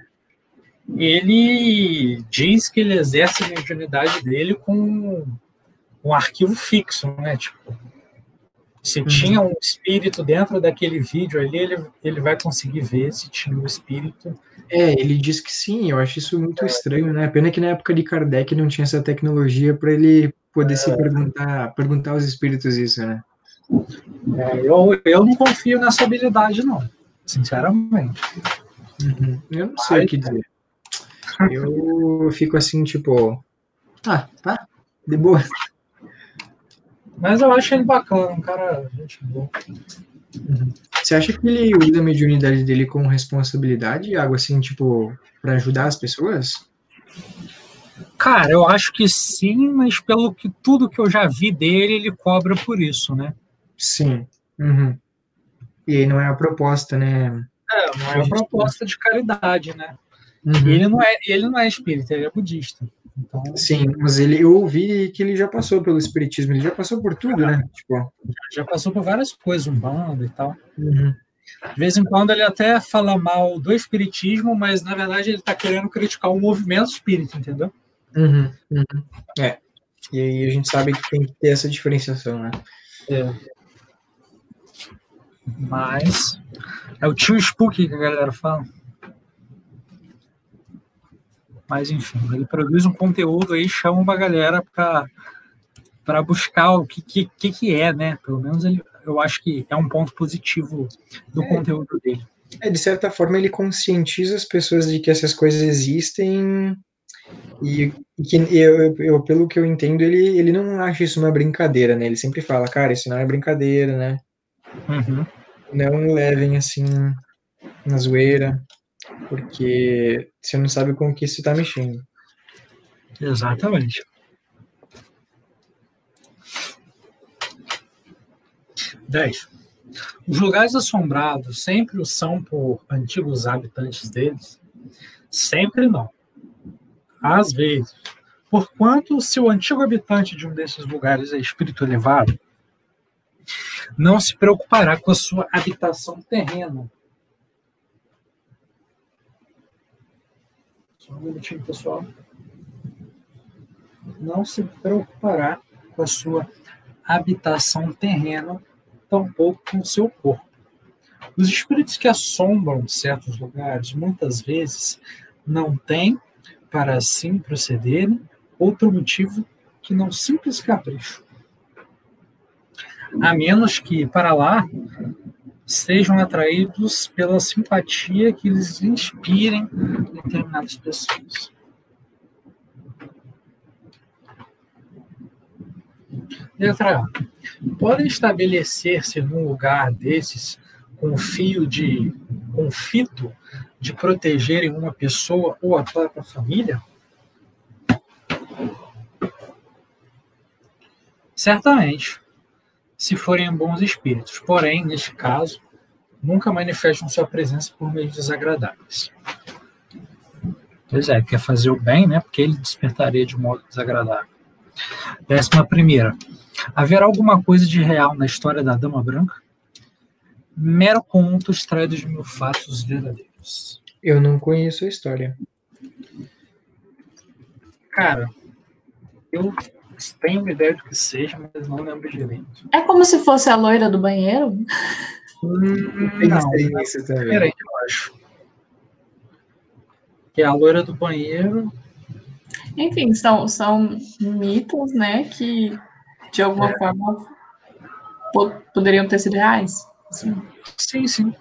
Ele diz que ele exerce a mediunidade dele com um arquivo fixo, né? Tipo, se uhum. tinha um espírito dentro daquele vídeo ali, ele, ele vai conseguir ver se tinha um espírito. É, ele diz que sim, eu acho isso muito é. estranho, né? Pena que na época de Kardec não tinha essa tecnologia para ele poder é. se perguntar, perguntar aos espíritos isso, né? É, eu, eu não confio nessa habilidade, não, sinceramente. Uhum. Eu não sei Mas, o que dizer. Eu fico assim, tipo, ah, tá, de boa. Mas eu acho ele bacana, um cara, gente boa. Uhum. Você acha que ele usa a mediunidade dele com responsabilidade, algo assim, tipo, para ajudar as pessoas? Cara, eu acho que sim, mas pelo que tudo que eu já vi dele, ele cobra por isso, né? Sim. Uhum. E aí não é a proposta, né? É, não é a proposta de caridade, né? Uhum. Ele não é, ele não é espírita, ele é budista. Então... Sim, mas ele, eu ouvi que ele já passou pelo espiritismo, ele já passou por tudo, né? Tipo... Já passou por várias coisas, Umbanda e tal. Uhum. De vez em quando ele até fala mal do espiritismo, mas na verdade ele está querendo criticar o movimento espírita, entendeu? Uhum. Uhum. É. E aí a gente sabe que tem que ter essa diferenciação, né? É. Mas é o tio Spook que a galera fala. Mas, enfim, ele produz um conteúdo aí, chama uma galera para buscar o que, que, que é, né? Pelo menos ele, eu acho que é um ponto positivo do é, conteúdo dele. É, de certa forma, ele conscientiza as pessoas de que essas coisas existem e, e que, eu, eu, pelo que eu entendo, ele, ele não acha isso uma brincadeira, né? Ele sempre fala, cara, isso não é brincadeira, né? Uhum. Não levem, assim, na zoeira. Porque você não sabe com o que você está mexendo. Exatamente. dez. Os lugares assombrados sempre o são por antigos habitantes deles? Sempre não. Às vezes. Porquanto, se o antigo habitante de um desses lugares é espírito elevado, não se preocupará com a sua habitação terrena. Só um minutinho, pessoal. Não se preocupará com a sua habitação terrena, tampouco com o seu corpo. Os espíritos que assombram certos lugares, muitas vezes, não têm, para assim procederem, outro motivo que não simples capricho. A menos que, para lá, sejam atraídos pela simpatia que lhes inspirem determinadas pessoas. Letra A. Podem estabelecer-se num lugar desses com o fio de com o fito de protegerem uma pessoa ou a própria família? Certamente, se forem bons espíritos. Porém, neste caso, nunca manifestam sua presença por meios desagradáveis. Pois é, quer fazer o bem, né? Porque ele despertaria de modo desagradável. Décima primeira. Haverá alguma coisa de real na história da Dama Branca? Mero conto extraído de mil fatos verdadeiros. Eu não conheço a história. Cara, eu tenho uma ideia do que seja, mas não lembro direito. É como se fosse a loira do banheiro? Hum, não, isso também. Peraí, eu acho. Que é a loira do banheiro. Enfim, são, são mitos, né, que de alguma é. forma po- poderiam ter sido reais. Sim, sim. sim.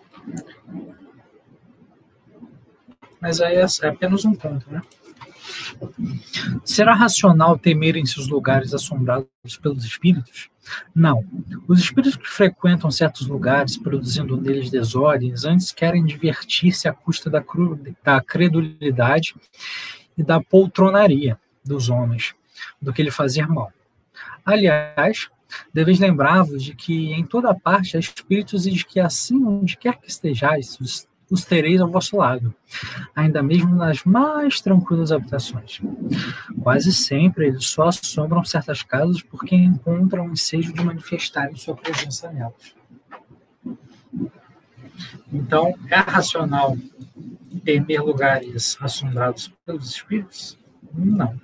Mas aí é, é apenas um ponto, né? Será racional temerem-se os lugares assombrados pelos espíritos? Não. Os espíritos que frequentam certos lugares, produzindo neles desordens, antes querem divertir-se à custa da, cru, da credulidade e da poltronaria dos homens, do que lhe fazer mal. Aliás, deveis lembrar-vos de que em toda parte há espíritos e de que assim, onde quer que estejais, os, os tereis ao vosso lado, ainda mesmo nas mais tranquilas habitações. Quase sempre eles só assombram certas casas porque encontram o ensejo de manifestarem sua presença nelas. Então, é racional temer lugares assombrados pelos espíritos? Não.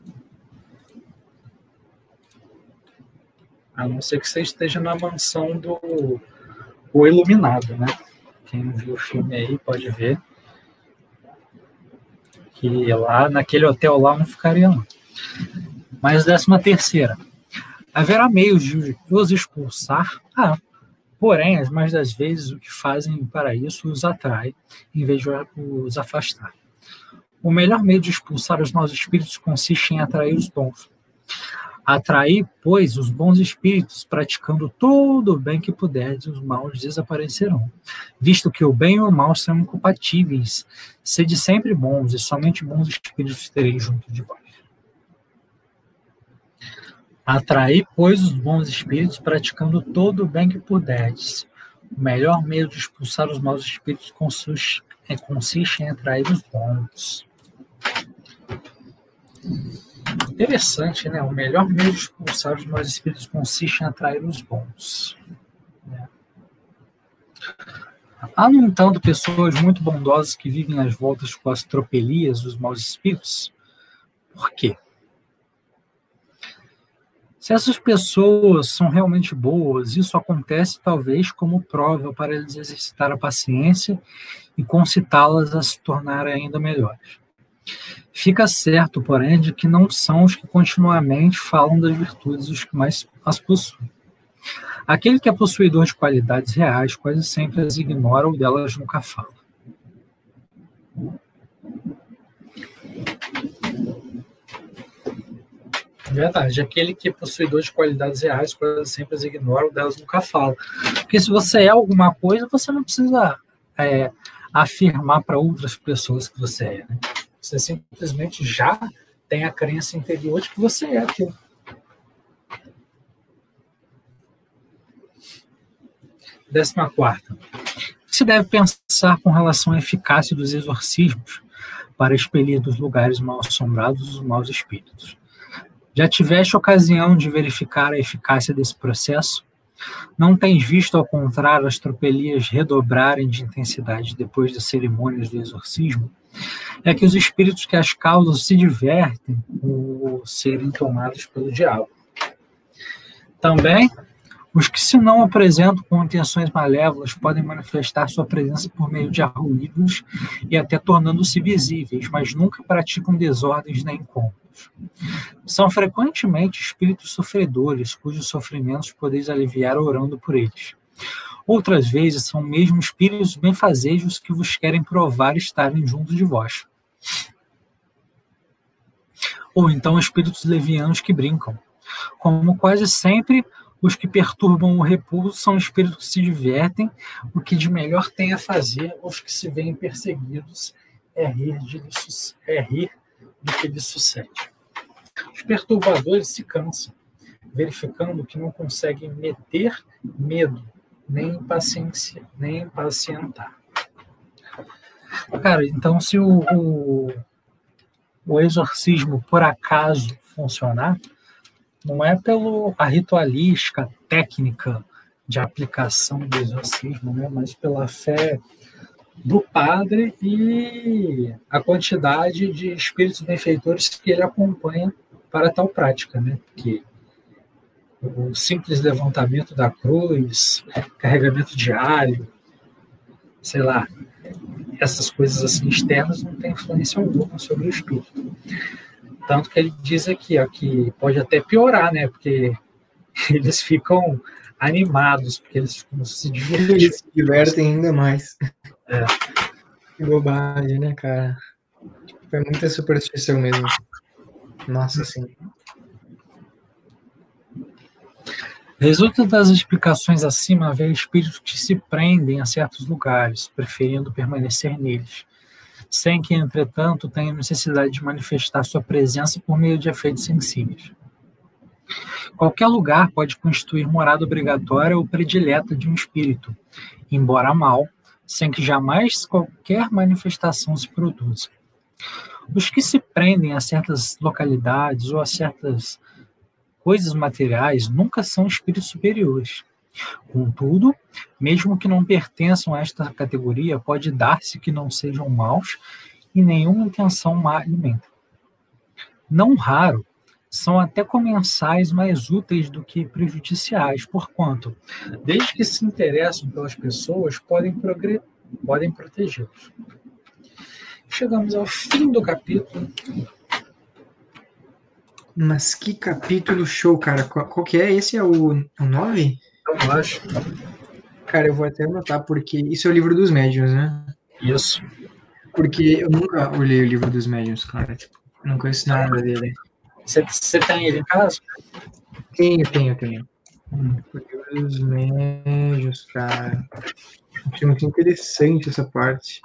A não ser que você esteja na mansão do O Iluminado, né? Quem não viu o filme aí pode ver que lá naquele hotel lá não ficaria não. Mas décima terceira, haverá meios de os expulsar? Ah, porém, as mais das vezes o que fazem para isso os atrai, em vez de os afastar. O melhor meio de expulsar os maus espíritos consiste em atrair os bons. Atrair, pois, os bons espíritos, praticando todo o bem que puderdes, os maus desaparecerão. Visto que o bem e o mal são incompatíveis, sede sempre bons, e somente bons espíritos tereis junto de vós. Atrair, pois, os bons espíritos, praticando todo o bem que puderdes. O melhor meio de expulsar os maus espíritos consiste, é, consiste em atrair os bons. Interessante, né? O melhor meio de expulsar os maus espíritos consiste em atrair os bons. É. Há, no entanto, pessoas muito bondosas que vivem às voltas com as tropelias dos maus espíritos. Por quê? Se essas pessoas são realmente boas, isso acontece talvez como prova para eles exercitar a paciência e concitá-las a se tornarem ainda melhores. Fica certo, porém, de que não são os que continuamente falam das virtudes os que mais as possuem. Aquele que é possuidor de qualidades reais quase sempre as ignora ou delas nunca fala. Verdade, aquele que é possuidor de qualidades reais quase sempre as ignora ou delas nunca fala. Porque se você é alguma coisa, você não precisa é, afirmar para outras pessoas que você é, né? Você simplesmente já tem a crença interior de que você é aquilo. Décima quarta. O que se deve pensar com relação à eficácia dos exorcismos para expelir dos lugares mal assombrados os maus espíritos? Já tiveste ocasião de verificar a eficácia desse processo? Não tens visto, ao contrário, as tropelias redobrarem de intensidade depois das cerimônias do exorcismo? É que os espíritos que as causam se divertem por serem tomados pelo diabo. Também, os que se não apresentam com intenções malévolas podem manifestar sua presença por meio de arruídos e até tornando-se visíveis, mas nunca praticam desordens nem incômodos. São frequentemente espíritos sofredores, cujos sofrimentos podeis aliviar orando por eles. Outras vezes são mesmo espíritos benfazejos que vos querem provar estarem junto de vós. Ou então espíritos levianos que brincam. Como quase sempre, os que perturbam o repouso são espíritos que se divertem, o que de melhor tem a fazer aos que se veem perseguidos é rir, de, é rir do que lhes sucede. Os perturbadores se cansam, verificando que não conseguem meter medo, nem impaciência, nem impacientar. Cara, então se o, o, o exorcismo por acaso funcionar, não é pela ritualística, técnica de aplicação do exorcismo, né, mas pela fé do padre e a quantidade de espíritos benfeitores que ele acompanha para tal prática, né? Porque o simples levantamento da cruz, carregamento diário, sei lá, essas coisas assim externas não têm influência alguma sobre o espírito. Tanto que ele diz aqui, ó, que pode até piorar, né? Porque eles ficam animados, porque eles ficam se divertindo. Eles se divertem ainda mais. É. Que bobagem, né, cara? Foi muita superstição mesmo. Nossa, sim. Resulta das explicações acima haver espíritos que se prendem a certos lugares, preferindo permanecer neles, sem que, entretanto, tenham necessidade de manifestar sua presença por meio de efeitos sensíveis. Qualquer lugar pode constituir morada obrigatória ou predileta de um espírito, embora mal, sem que jamais qualquer manifestação se produza. Os que se prendem a certas localidades ou a certas coisas materiais nunca são espíritos superiores. Contudo, mesmo que não pertençam a esta categoria, pode dar-se que não sejam maus e nenhuma intenção má alimenta. Não raro, são até comensais mais úteis do que prejudiciais, porquanto, desde que se interessam pelas pessoas, podem, progre- podem protegê-los. Chegamos ao fim do capítulo. Mas que capítulo show, cara. Qual, qual que é? Esse é o, o nove? Eu acho. Cara, eu vou até anotar, porque isso é o livro dos médiuns, né? Isso. Porque eu nunca olhei o livro dos médiuns, cara. Tipo, eu não conheço nada dele. Você, você tem ele em casa? Tenho, tenho, tenho. Hum. O livro dos médiuns, cara. Achei muito interessante essa parte.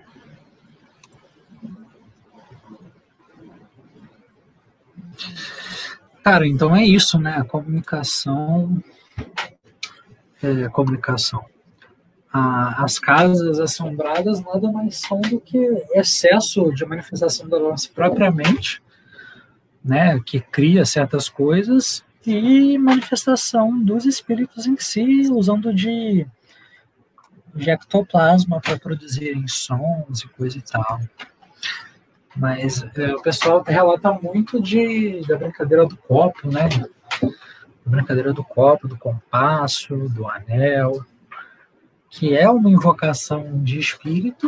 Cara, então é isso, né? A comunicação. É, comunicação. A, as casas assombradas nada mais são do que excesso de manifestação da nossa própria mente, né? Que cria certas coisas, e manifestação dos espíritos em si, usando de, de ectoplasma para produzirem sons e coisa e tal. Mas é, o pessoal relata muito de, da brincadeira do copo, né? Da brincadeira do copo, do compasso, do anel, que é uma invocação de espírito.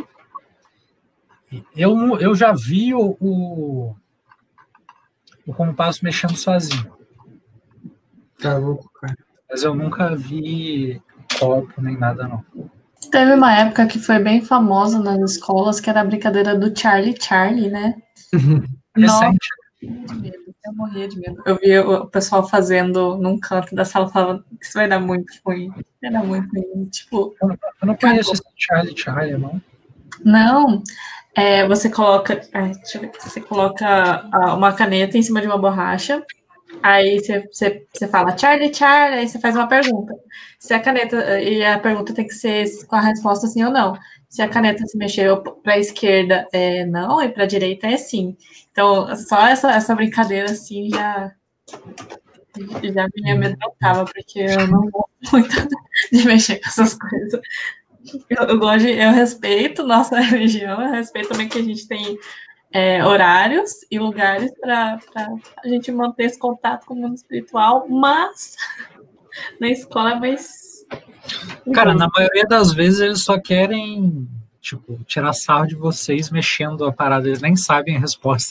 Eu, eu já vi o, o, o compasso mexendo sozinho. Tá louco, cara. Mas eu nunca vi copo nem nada, não. Teve uma época que foi bem famosa nas escolas, que era a brincadeira do Charlie Charlie, né? Nossa, Recente. eu morria de medo, eu morria de medo. Eu vi o pessoal fazendo num canto da sala, falando que isso vai dar muito ruim. Vai dar muito ruim. Tipo, Eu não, eu não conheço esse Charlie Charlie, não. não. É, você coloca. Ai, deixa eu ver. Você coloca ah, uma caneta em cima de uma borracha. Aí você, você, você fala Charlie, Charlie, aí você faz uma pergunta. Se a caneta, e a pergunta tem que ser com a resposta sim ou não. Se a caneta se mexer para a esquerda é não, e para a direita é sim. Então, só essa, essa brincadeira assim já, já me amedrontava, porque eu não gosto muito de mexer com essas coisas. Eu, eu gosto de, eu respeito nossa religião, eu respeito também que a gente tem É, horários e lugares para a gente manter esse contato com o mundo espiritual, mas na escola é mais. Cara, na maioria das vezes eles só querem, tipo, tirar sarro de vocês mexendo a parada, eles nem sabem a resposta.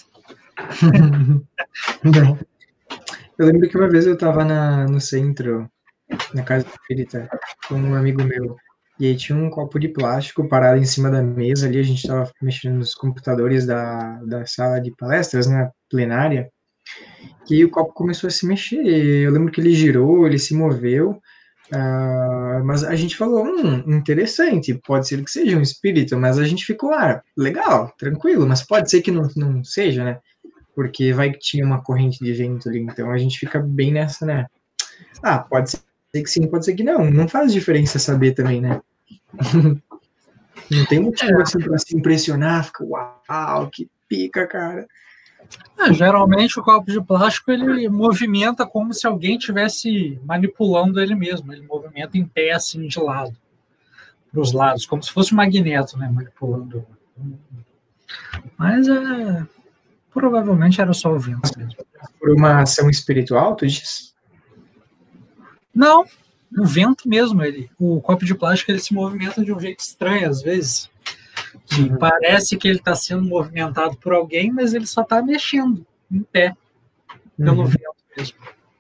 Não. Eu lembro que uma vez eu tava na, no centro, na casa espírita, com um amigo meu. E aí tinha um copo de plástico parado em cima da mesa ali, a gente estava mexendo nos computadores da, da sala de palestras, né, plenária, e o copo começou a se mexer. Eu lembro que ele girou, ele se moveu, uh, mas a gente falou, hum, interessante, pode ser que seja um espírito, mas a gente ficou, ah, legal, tranquilo, mas pode ser que não, não seja, né, porque vai que tinha uma corrente de vento ali, então a gente fica bem nessa, né, ah, pode ser que sim, pode ser que não. Não faz diferença saber também, né? Não tem motivo assim pra se impressionar, fica, uau, que pica, cara. É, geralmente o copo de plástico ele movimenta como se alguém estivesse manipulando ele mesmo. Ele movimenta em pé, assim, de lado, para os lados, como se fosse um magneto, né, manipulando. Mas é, provavelmente era só o vento mesmo. Por uma ação espiritual, tu diz? Não, o vento mesmo. Ele, o copo de plástico ele se movimenta de um jeito estranho às vezes. Que uhum. Parece que ele está sendo movimentado por alguém, mas ele só está mexendo em pé pelo uhum. vento mesmo.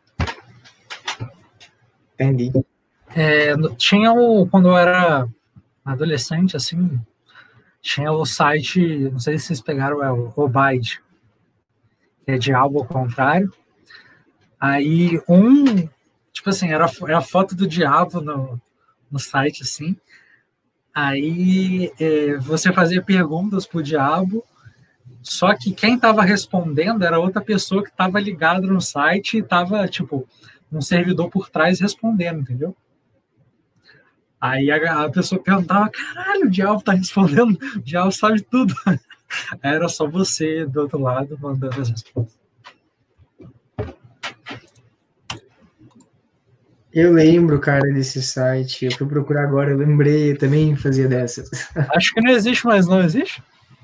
Entendi. É, tinha o, quando eu era adolescente, assim, tinha o site, não sei se vocês pegaram, é o Obaid, que é de algo ao contrário. Aí um, tipo assim, era, era a foto do diabo no, no site, assim. Aí é, você fazia perguntas pro diabo, só que quem estava respondendo era outra pessoa que estava ligada no site e estava, tipo, um servidor por trás respondendo, entendeu? Aí a, a pessoa perguntava, caralho, o diabo tá respondendo, o diabo sabe tudo. Aí era só você do outro lado mandando as respostas. Eu lembro, cara, desse site. Eu fui procurar agora, eu lembrei, eu também fazia dessas. Acho que não existe mais, não existe?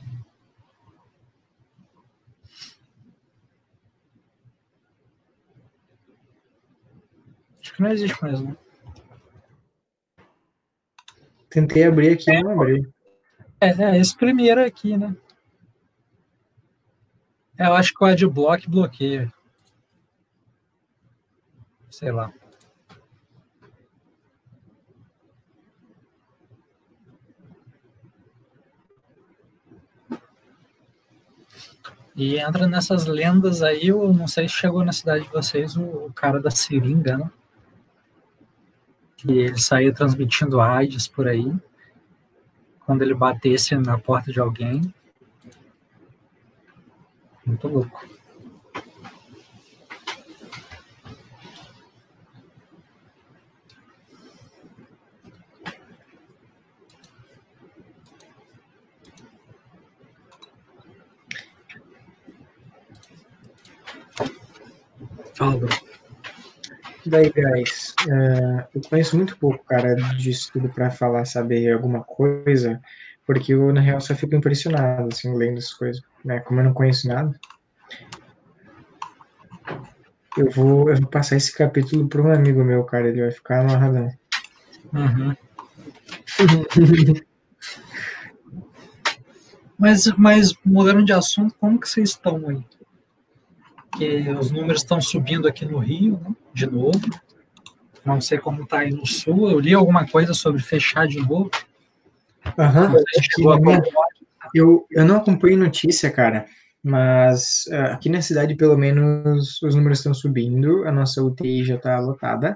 Acho que não existe mais, não. Tentei abrir aqui, não abri. É, é esse primeiro aqui, né? É, eu acho que o adblock bloqueia. Sei lá. E entra nessas lendas aí, eu não sei se chegou na cidade de vocês o, o cara da seringa, né? Que ele saía transmitindo AIDS por aí. Quando ele batesse na porta de alguém. Muito louco. Fala, Bruno. Daí, guys, uh, eu conheço muito pouco, cara, disso tudo pra falar, saber alguma coisa, porque eu, na real, só fico impressionado, assim, lendo essas coisas, né? Como eu não conheço nada, eu vou, eu vou passar esse capítulo para um amigo meu, cara, ele vai ficar amarradão. Uhum. mas, mas, mudando de assunto, como que vocês estão aí? Porque os números estão subindo aqui no Rio, né? De novo. Não sei como está aí no Sul. Eu li alguma coisa sobre fechar de novo. Aham, uhum. eu, eu não acompanho notícia, cara, mas uh, aqui na cidade, pelo menos, os números estão subindo, a nossa U T I já está lotada,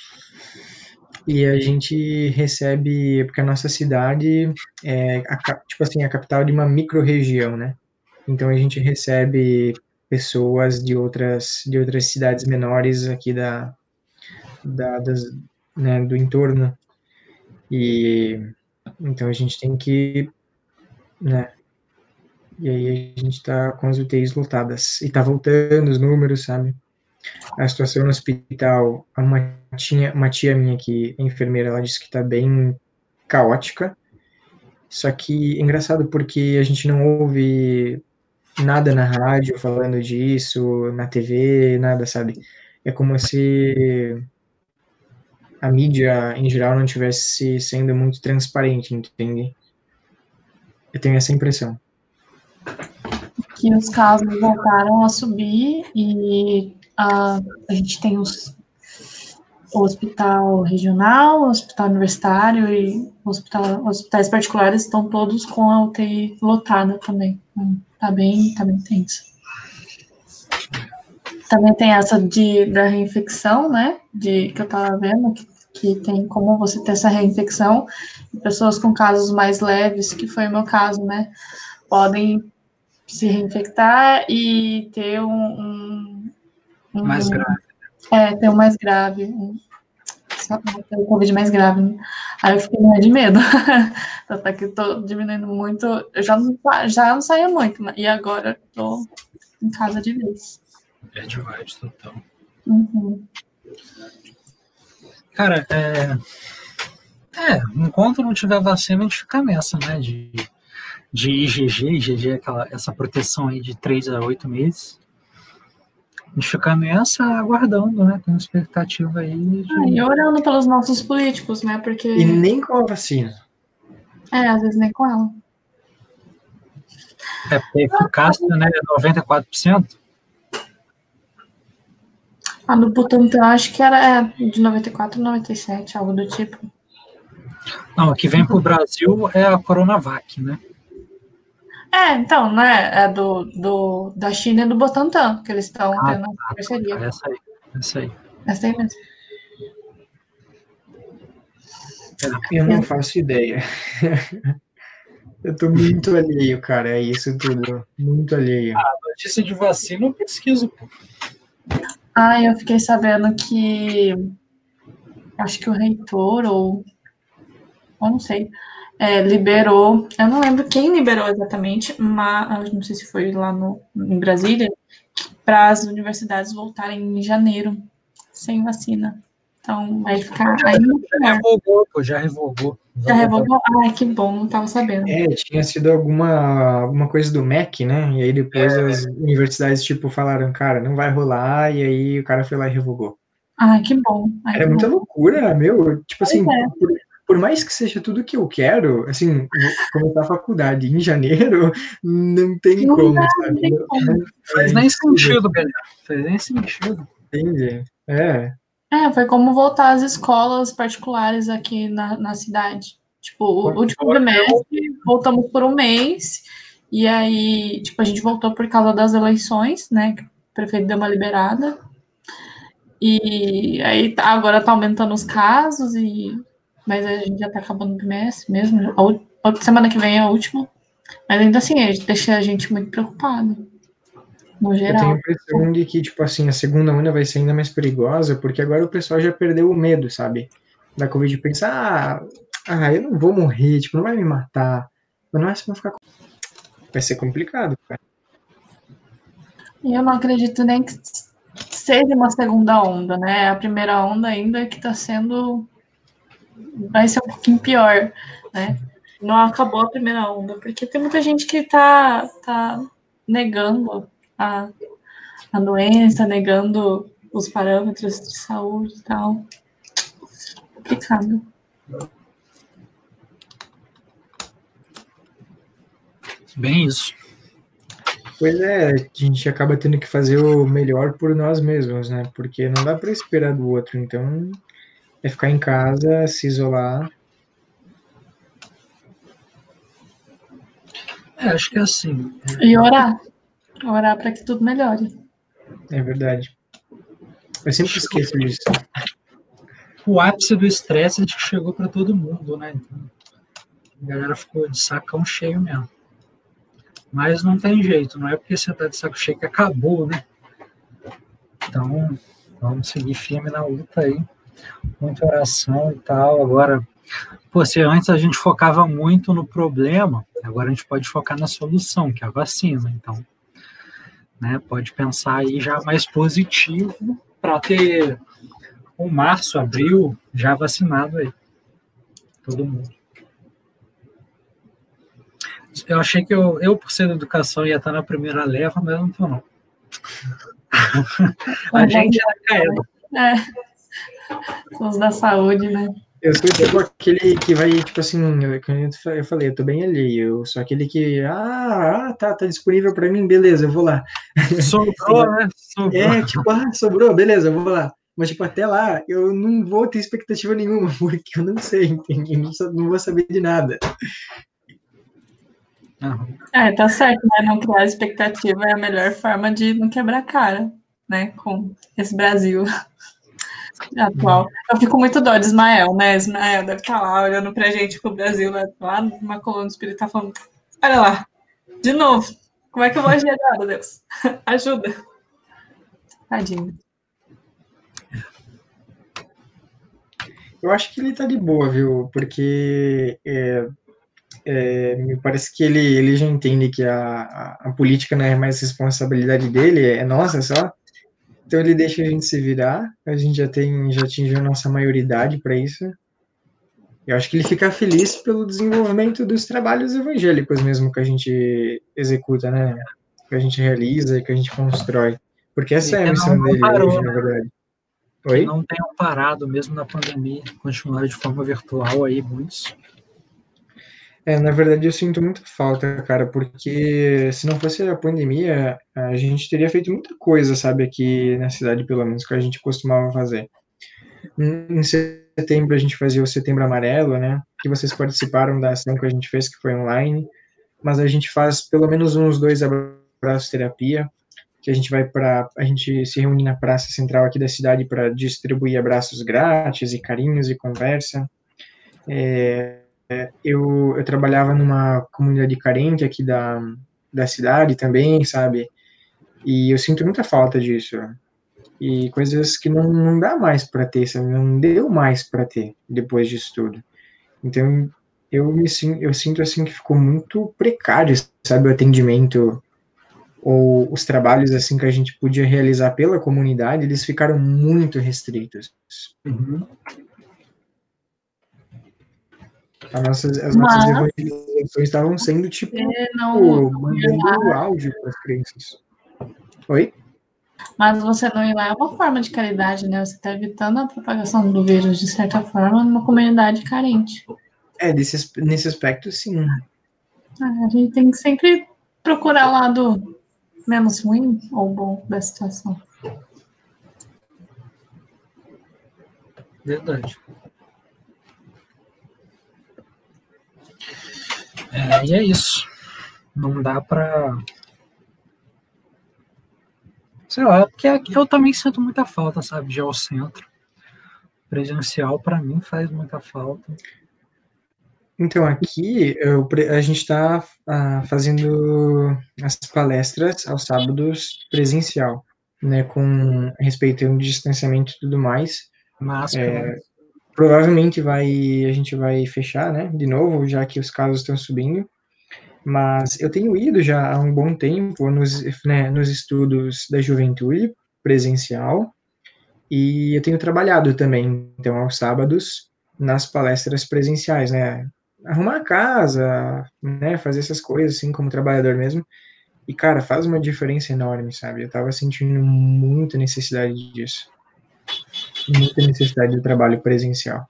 e a gente recebe, porque a nossa cidade é, a, tipo assim, a capital de uma micro-região, né? Então a gente recebe pessoas de outras, de outras cidades menores aqui da, da das, né, do entorno, e então a gente tem que, né, e aí a gente tá com as U T Is lotadas, e tá voltando os números, sabe? A situação no hospital, uma tia, uma tia minha que é enfermeira, ela disse que tá bem caótica, só que é engraçado porque a gente não ouve nada na rádio falando disso, na T V, nada, sabe? É como se a mídia, em geral, não tivesse sendo muito transparente, entende? Eu tenho essa impressão. Que os casos voltaram a subir e a, a gente tem os, o hospital regional, o hospital universitário e o hospital, hospitais particulares estão todos com a U T I lotada também. Tá bem, tá bem tenso. Também tem essa de, da reinfecção, né? De, que eu tava vendo, que, que tem como você ter essa reinfecção. E pessoas com casos mais leves, que foi o meu caso, né? Podem se reinfectar e ter um... um, um mais grave. É, ter um mais grave. Um, ter o Covid mais grave. Né? Aí eu fiquei morrendo de medo. Até que eu tô diminuindo muito. Eu já não, já não saía muito, e agora eu tô em casa de vez. Bad vibes total. Uhum. Cara, é... é, enquanto não tiver vacina, a gente fica nessa, né? De, de I G G, I G G é aquela, essa proteção aí de três a oito meses. A gente fica nessa aguardando, né? Com expectativa aí. De... Ah, e orando pelos nossos políticos, né? Porque... E nem com a vacina. É, às vezes nem com ela. É, porque a eficácia, né? É noventa e quatro por cento. Ah, no Butantan, acho que era de noventa e quatro a noventa e sete, algo do tipo. Não, o que vem para o Brasil é a Coronavac, né? É, então, né? É do, do, da China e do Butantan, que eles estão ah, tendo ah, parceria. Essa aí, essa aí. Essa aí mesmo. Eu não faço ideia. Eu tô muito alheio, cara, é isso tudo. Muito alheio. Ah, notícia de vacina eu pesquiso, pô. Ah, eu fiquei sabendo que acho que o reitor, ou, ou não sei, é, liberou, eu não lembro quem liberou exatamente, mas não sei se foi lá no, em Brasília, para as universidades voltarem em janeiro, sem vacina. Então vai ficar ainda Já pior. revogou, pô, já revogou. Já revogou? Ai, que bom, não estava sabendo. É, tinha sido alguma, alguma coisa do M E C, né? E aí depois É. as universidades, tipo, falaram, cara, não vai rolar, e aí o cara foi lá e revogou. Ai, que bom. Ai, Era que muita bom. loucura, meu. Tipo assim, Pois é. por, por mais que seja tudo que eu quero, assim, vou começar a faculdade em janeiro, não tem Não como, dá, sabe? não tem Não, como. não- Faz é nem impossível, sentido, Guilherme. Faz nem sentido. entende? É, É, foi como voltar às escolas particulares aqui na, na cidade. Tipo, o último Agora eu- bimestre, voltamos por um mês, e aí, tipo, a gente voltou por causa das eleições, né? Que o prefeito deu uma liberada. E aí tá- agora tá aumentando os casos, e mas a gente já tá acabando o bimestre mesmo. A, ú- a semana que vem é a última. Mas ainda assim, a gente deixa a gente muito preocupado, no eu tenho a geral. impressão de que, tipo assim, a segunda onda vai ser ainda mais perigosa, porque agora o pessoal já perdeu o medo, sabe? Da Covid, pensar, ah, ah, eu não vou morrer, tipo, não vai me matar. Mas não é assim, vai ficar. Vai ser complicado, cara. E eu não acredito nem que seja uma segunda onda, né? A primeira onda ainda que tá sendo. Vai ser um pouquinho pior, né? Não acabou a primeira onda, porque tem muita gente que tá, tá negando a, a doença, negando os parâmetros de saúde e tal. Complicado. Bem isso. Pois é, a gente acaba tendo que fazer o melhor por nós mesmos, né? Porque não dá para esperar do outro. Então, é ficar em casa, se isolar. É, acho que é assim. E orar. Orar para que tudo melhore. É verdade. Eu sempre esqueço disso. O ápice do estresse acho que chegou para todo mundo, né? Então, a galera ficou de sacão cheio mesmo. Mas não tem jeito, não é porque você tá de saco cheio que acabou, né? Então, vamos seguir firme na luta aí. Muita oração e tal. Agora, pô, se antes a gente focava muito no problema, agora a gente pode focar na solução, que é a vacina. Então, né, pode pensar aí já mais positivo para ter um março, abril já vacinado aí. Todo mundo. Eu achei que eu, eu, por ser da educação, ia estar na primeira leva, mas eu não estou, não. A gente era caído. É. Os da saúde, né? Eu sou tipo aquele que vai, tipo assim, eu, eu falei, eu tô bem alheio. Eu sou aquele que, ah, ah tá, tá disponível pra mim, beleza, eu vou lá. Sobrou, né? Sobrou. É, tipo, ah, sobrou, beleza, eu vou lá. Mas, tipo, até lá, eu não vou ter expectativa nenhuma, porque eu não sei, entende? Eu não, não vou saber de nada. Uhum. É, tá certo, né? Não criar expectativa é a melhor forma de não quebrar cara, né? Com esse Brasil atual. Eu fico muito dó de Ismael, né? Ismael deve estar lá olhando pra gente, pro Brasil, né? Lá numa coluna espírita, falando: olha lá, de novo, como é que eu vou agir agora, Deus? Ajuda. Tadinho. Eu acho que ele tá de boa, viu? Porque é, é, me parece que ele, ele já entende que a, a, a política não é mais responsabilidade dele, é nossa só. Então ele deixa a gente se virar, a gente já tem, já atingiu a nossa maioridade para isso. Eu acho que ele fica feliz pelo desenvolvimento dos trabalhos evangélicos mesmo que a gente executa, né? Que a gente realiza, que a gente constrói. Porque essa E é a que missão não dele parou, hoje, né? na verdade. Que Oi? não tenham parado, mesmo na pandemia, continuaram de forma virtual aí, muitos. É, na verdade eu sinto muita falta, cara, porque se não fosse a pandemia, a gente teria feito muita coisa, sabe, aqui na cidade, pelo menos, que a gente costumava fazer. Em setembro a gente fazia o Setembro Amarelo, né, que vocês participaram da ação que a gente fez, que foi online, mas a gente faz pelo menos uns dois abraços terapia, que a gente vai para, a gente se reúne na praça central aqui da cidade para distribuir abraços grátis e carinhos e conversa. É, eu, eu trabalhava numa comunidade carente aqui da, da cidade também, sabe? E eu sinto muita falta disso. E coisas que não, não dá mais para ter, sabe? Não deu mais para ter depois disso tudo. Então, eu me eu sinto assim que ficou muito precário, sabe, o atendimento ou os trabalhos assim que a gente podia realizar pela comunidade, eles ficaram muito restritos. Uhum. As nossas, as nossas Mas evangelizações estavam sendo, tipo, você não mandando áudio para as crianças. Oi? Mas você não ir lá é uma forma de caridade, né? Você está evitando a propagação do vírus, de certa forma, numa comunidade carente. É, desse, nesse aspecto, sim. A gente tem que sempre procurar o lado menos ruim ou bom da situação. Verdade. É, e é isso. Não dá pra... Sei lá, porque eu também sinto muita falta, sabe, de ir ao centro. Presencial, para mim, faz muita falta. Então, aqui, eu, a gente está ah, fazendo as palestras aos sábados presencial, né, com respeitando o distanciamento e tudo mais. Máscara. É, provavelmente vai, a gente vai fechar, né, de novo, já que os casos estão subindo. Mas eu tenho ido já há um bom tempo nos, né, nos estudos da juventude presencial, e eu tenho trabalhado também, então, aos sábados, nas palestras presenciais, né? Arrumar a casa, né? Fazer essas coisas, assim, como trabalhador mesmo. E, cara, faz uma diferença enorme, sabe? Eu tava sentindo muita necessidade disso. Muita necessidade do trabalho presencial.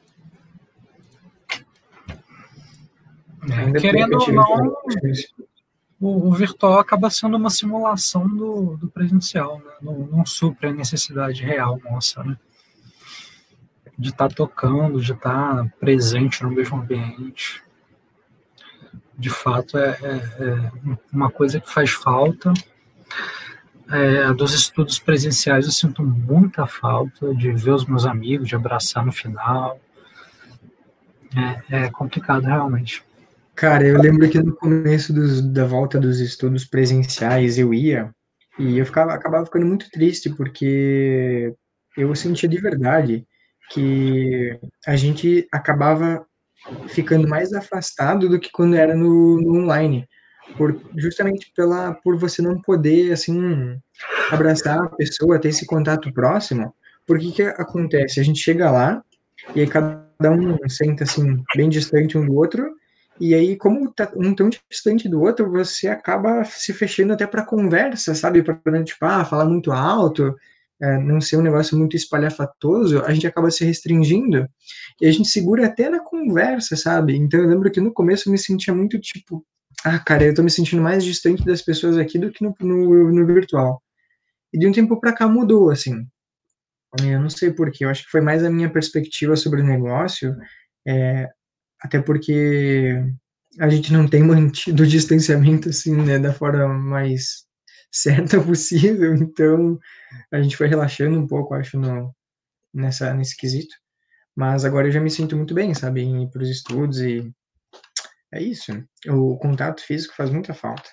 É, Ainda bem que querendo eu ou tive não, isso. o, o virtual acaba sendo uma simulação do, do presencial, né? Não, não supre a necessidade real nossa, né? De estar tá tocando, de estar tá presente no mesmo ambiente. De fato, é, é, é uma coisa que faz falta. É, dos estudos presenciais eu sinto muita falta de ver os meus amigos, de abraçar no final. É, é complicado, realmente. Cara, eu lembro que no começo dos, da volta dos estudos presenciais eu ia e eu ficava, acabava ficando muito triste porque eu sentia de verdade que a gente acabava ficando mais afastado do que quando era no, no online, por, justamente pela, por você não poder, assim, abraçar a pessoa, ter esse contato próximo, porque que acontece? A gente chega lá e aí cada um senta, assim, bem distante um do outro, e aí, como tá um tão distante do outro, você acaba se fechando até para conversa, sabe? Para, tipo, ah, falar muito alto, é, não ser um negócio muito espalhafatoso, a gente acaba se restringindo e a gente segura até na conversa, sabe? Então eu lembro que no começo eu me sentia muito tipo, ah, cara, eu tô me sentindo mais distante das pessoas aqui do que no, no, no virtual. E de um tempo para cá mudou, assim. Eu não sei porquê, eu acho que foi mais a minha perspectiva sobre o negócio, é, até porque a gente não tem mantido o distanciamento, assim, né, da forma mais certa possível, então a gente foi relaxando um pouco, acho, no, nessa, nesse quesito. Mas agora eu já me sinto muito bem, sabe, em ir para os estudos e é isso. O contato físico faz muita falta.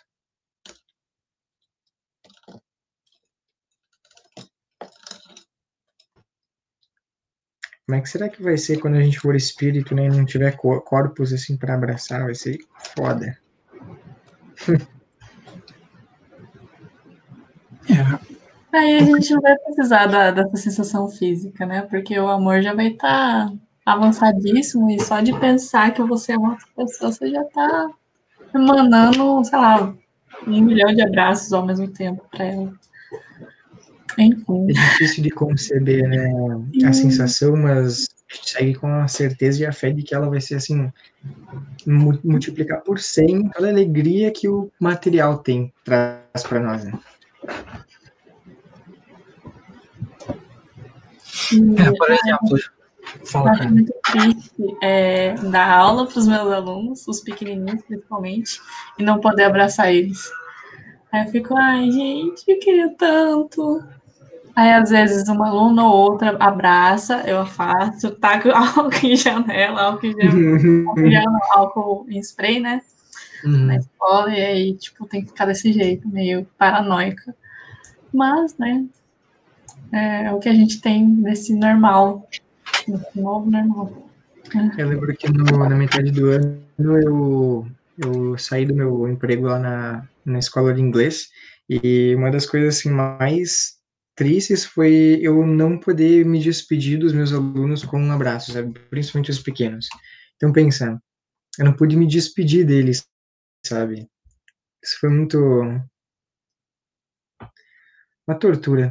Como é que será que vai ser quando a gente for espírito, né, e não tiver corpos assim para abraçar? Vai ser foda. É. Aí a gente não vai precisar da, dessa sensação física, né? Porque o amor já vai estar tá avançadíssimo e só de pensar que você é uma outra pessoa, você já está emanando, sei lá, um milhão de abraços ao mesmo tempo para ela. Enfim. É difícil de conceber, né, a sensação, mas a gente segue com a certeza e a fé de que ela vai ser assim, multiplicar por cem toda a alegria que o material tem, traz para nós, né? É, por exemplo, fala, acho muito triste é, dar aula para os meus alunos, os pequenininhos principalmente, e não poder abraçar eles. Aí eu fico, ai, gente, eu queria tanto. Aí, às vezes, uma aluna ou outra abraça, eu afasto, taco álcool em janela, álcool em janela, álcool em spray, né? Uhum. Na escola, e aí, tipo, tem que ficar desse jeito, meio paranoica. Mas, né, é o que a gente tem desse normal, desse novo normal. É. Eu lembro que no, na metade do ano eu, eu saí do meu emprego lá na, na escola de inglês E uma das coisas assim, mais tristes foi eu não poder me despedir dos meus alunos com um abraço, sabe? Principalmente os pequenos. Então, pensa, eu não pude me despedir deles, sabe? Isso foi muito uma tortura.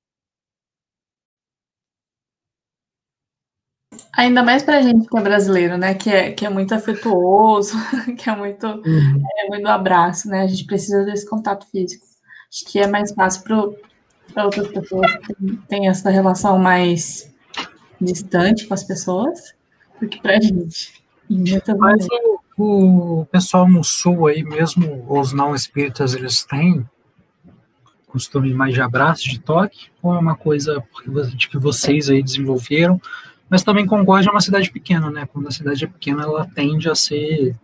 Ainda mais pra gente que é brasileiro, né? Que é, que é muito afetuoso, que é muito, Uhum. é muito abraço, né? A gente precisa desse contato físico. Acho que é mais fácil para outras pessoas que têm, têm essa relação mais distante com as pessoas do que pra gente. Em muitas Mas maneiras. o, o pessoal no sul aí, mesmo os não espíritas, eles têm costume mais de abraço, de toque, ou é uma coisa de que vocês aí desenvolveram? Mas também Concórdia é uma cidade pequena, né? Quando a cidade é pequena, ela tende a ser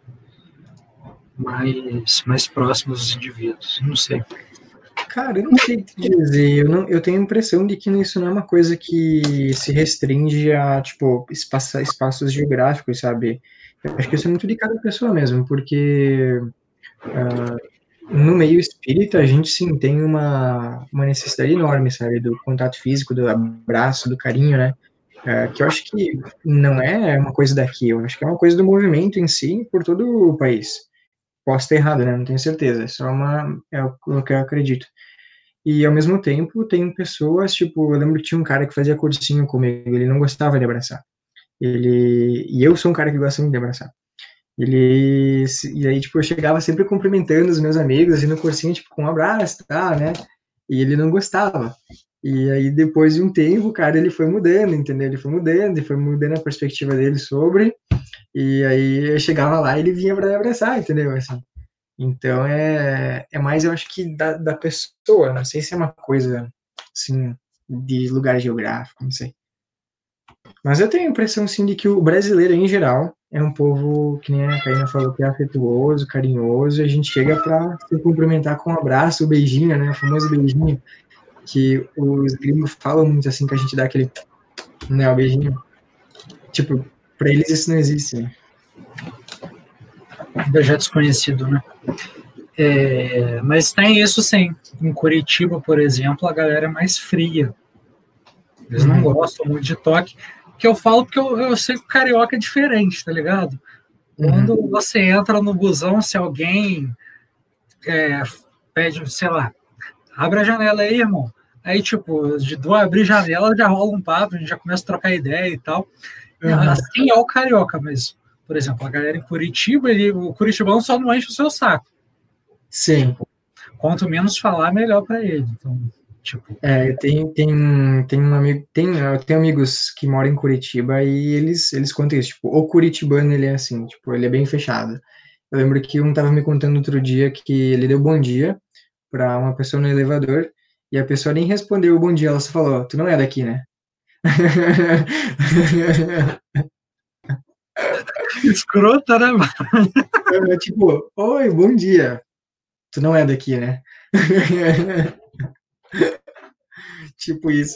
mais, mais próxima dos indivíduos. Não sei. Cara, eu não sei te dizer, eu, não, eu tenho a impressão de que isso não é uma coisa que se restringe a, tipo, espaço, espaços geográficos, sabe? Eu acho que isso é muito de cada pessoa mesmo, porque uh, no meio espírita a gente sim tem uma, uma necessidade enorme, sabe? Do contato físico, do abraço, do carinho, né? Uh, que eu acho que não é uma coisa daqui, eu acho que é uma coisa do movimento em si por todo o país. Posso estar errado, né? Não tenho certeza, é só uma, é o que eu acredito. E ao mesmo tempo tem pessoas, tipo, eu lembro que tinha um cara que fazia cursinho comigo, ele não gostava de abraçar. Ele, e eu sou um cara que gosta muito de abraçar. Ele, e aí, tipo, eu chegava sempre cumprimentando os meus amigos, assim, no cursinho, tipo, com um abraço, tá, né? E ele não gostava. E aí, depois de um tempo, cara, ele foi mudando, entendeu? Ele foi mudando, e foi mudando a perspectiva dele sobre, e aí eu chegava lá e ele vinha pra me abraçar, entendeu? Assim, então é, é mais, eu acho que da, da pessoa, não sei se é uma coisa assim de lugar geográfico, não sei. Mas eu tenho a impressão sim de que o brasileiro em geral é um povo, que nem a Karina falou, que é afetuoso, carinhoso, e a gente chega para se cumprimentar com um abraço, o um beijinho, né, o famoso beijinho, que os gringos falam muito assim, que a gente dá aquele, né, o beijinho. Tipo, para eles isso não existe, né? Já desconhecido, né? É, mas tem isso sim. Em Curitiba, por exemplo, a galera é mais fria. Eles não Uhum. gostam muito de toque. Que eu falo porque eu, eu sei que o carioca é diferente, tá ligado? Quando Uhum. você entra no busão, se alguém é, pede, sei lá, abre a janela aí, irmão. Aí, tipo, de do abrir janela já rola um papo, a gente já começa a trocar ideia e tal. Uhum. Assim é o carioca, mas, por exemplo, a galera em Curitiba, ele, o curitibano só não enche o seu saco. Sim. Tipo, quanto menos falar, melhor para ele. Então, tipo. É, tem, tem, tem um amigo, tem, eu tenho amigos que moram em Curitiba e eles, eles contam isso, tipo, o curitibano ele é assim, tipo, ele é bem fechado. Eu lembro que um tava me contando outro dia que ele deu bom dia para uma pessoa no elevador e a pessoa nem respondeu o bom dia, ela só falou, tu não é daqui, né? Escrota, né, mano? É, tipo, oi, bom dia. Tu não é daqui, né? Tipo isso.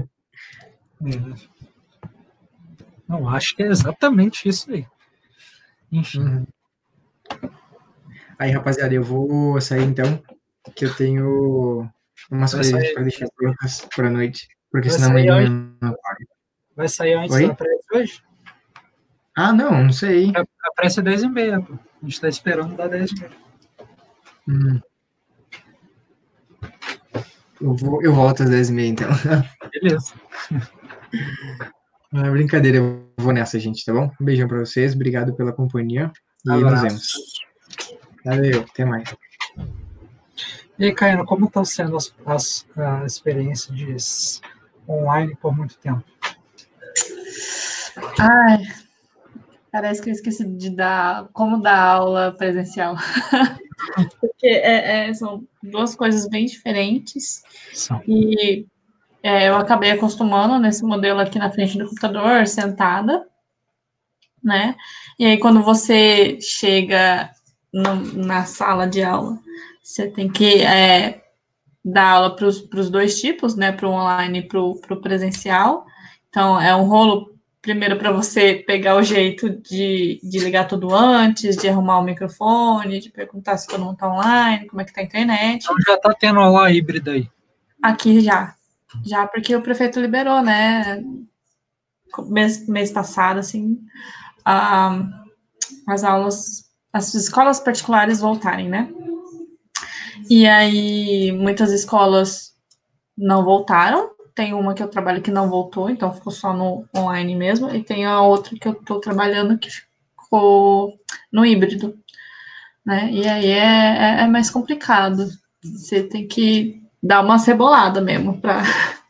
Não, acho que é exatamente isso aí. Enfim. Uhum. Aí, rapaziada, eu vou sair então, que eu tenho umas Vai coisas sair, para deixar prontas para a noite, porque vai senão sair, amanhã antes, não acordo. vai sair antes Oi? da prece hoje? Ah, não, não sei. A, a prece é dez e meia, pô. A gente tá esperando dar dez e meia. Hum. Eu, vou, eu volto às dez e meia, então. Beleza. Ah, brincadeira, eu vou nessa, gente, tá bom? Um beijão para vocês, obrigado pela companhia e Abraço. nos vemos. Valeu, até mais. E aí, Caio, como estão sendo as, as, a experiência de online por muito tempo? Ai, parece que eu esqueci de dar como dar aula presencial. Porque é, é, são duas coisas bem diferentes. São. E é, eu acabei acostumando nesse modelo aqui na frente do computador, sentada, né? E aí, quando você chega no, na sala de aula, você tem que é, dar aula para os dois tipos, né? Para o online e para o presencial. Então, é um rolo primeiro para você pegar o jeito de, de ligar tudo antes, de arrumar o microfone, de perguntar se todo mundo está online, como é que está a internet. Então já está tendo aula híbrida aí? Aqui já. Já porque o prefeito liberou, né? Mês, mês passado, assim, a, as aulas, as escolas particulares voltarem, né? E aí, muitas escolas não voltaram. Tem uma que eu trabalho que não voltou, então ficou só no online mesmo. E tem a outra que eu estou trabalhando que ficou no híbrido, né? E aí é, é, é mais complicado. Você tem que dar uma cebolada mesmo para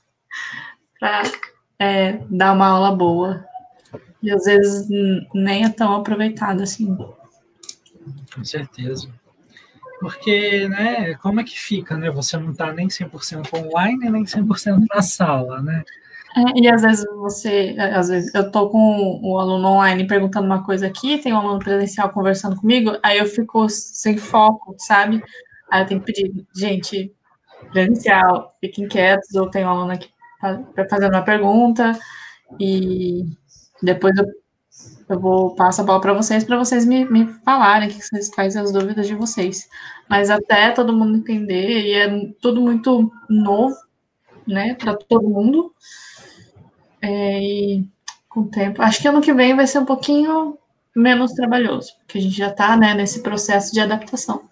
é, dar uma aula boa. E às vezes nem é tão aproveitado assim. Com certeza. Porque, né, como é que fica, né? Você não está nem cem por cento online, nem cem por cento na sala, né? É, e às vezes você, às vezes eu tô com o aluno online perguntando uma coisa aqui, tem um aluno presencial conversando comigo, aí eu fico sem foco, sabe? Aí eu tenho que pedir, gente, presencial, fiquem quietos, ou tem um aluno aqui fazendo uma pergunta, e depois eu, eu vou passar a bola para vocês, para vocês me, me falarem o que vocês fazem as dúvidas de vocês. Mas até todo mundo entender, e é tudo muito novo, né, para todo mundo. É, e com o tempo, acho que ano que vem vai ser um pouquinho menos trabalhoso, porque a gente já está, né, nesse processo de adaptação.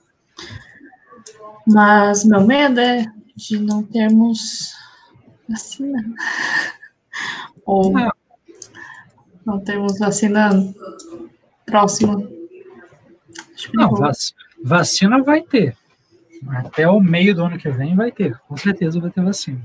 Mas meu medo é de não termos vacina. Ou não, não termos vacina próxima. Não, vac, vacina vai ter. Até o meio do ano que vem vai ter. Com certeza vai ter vacina.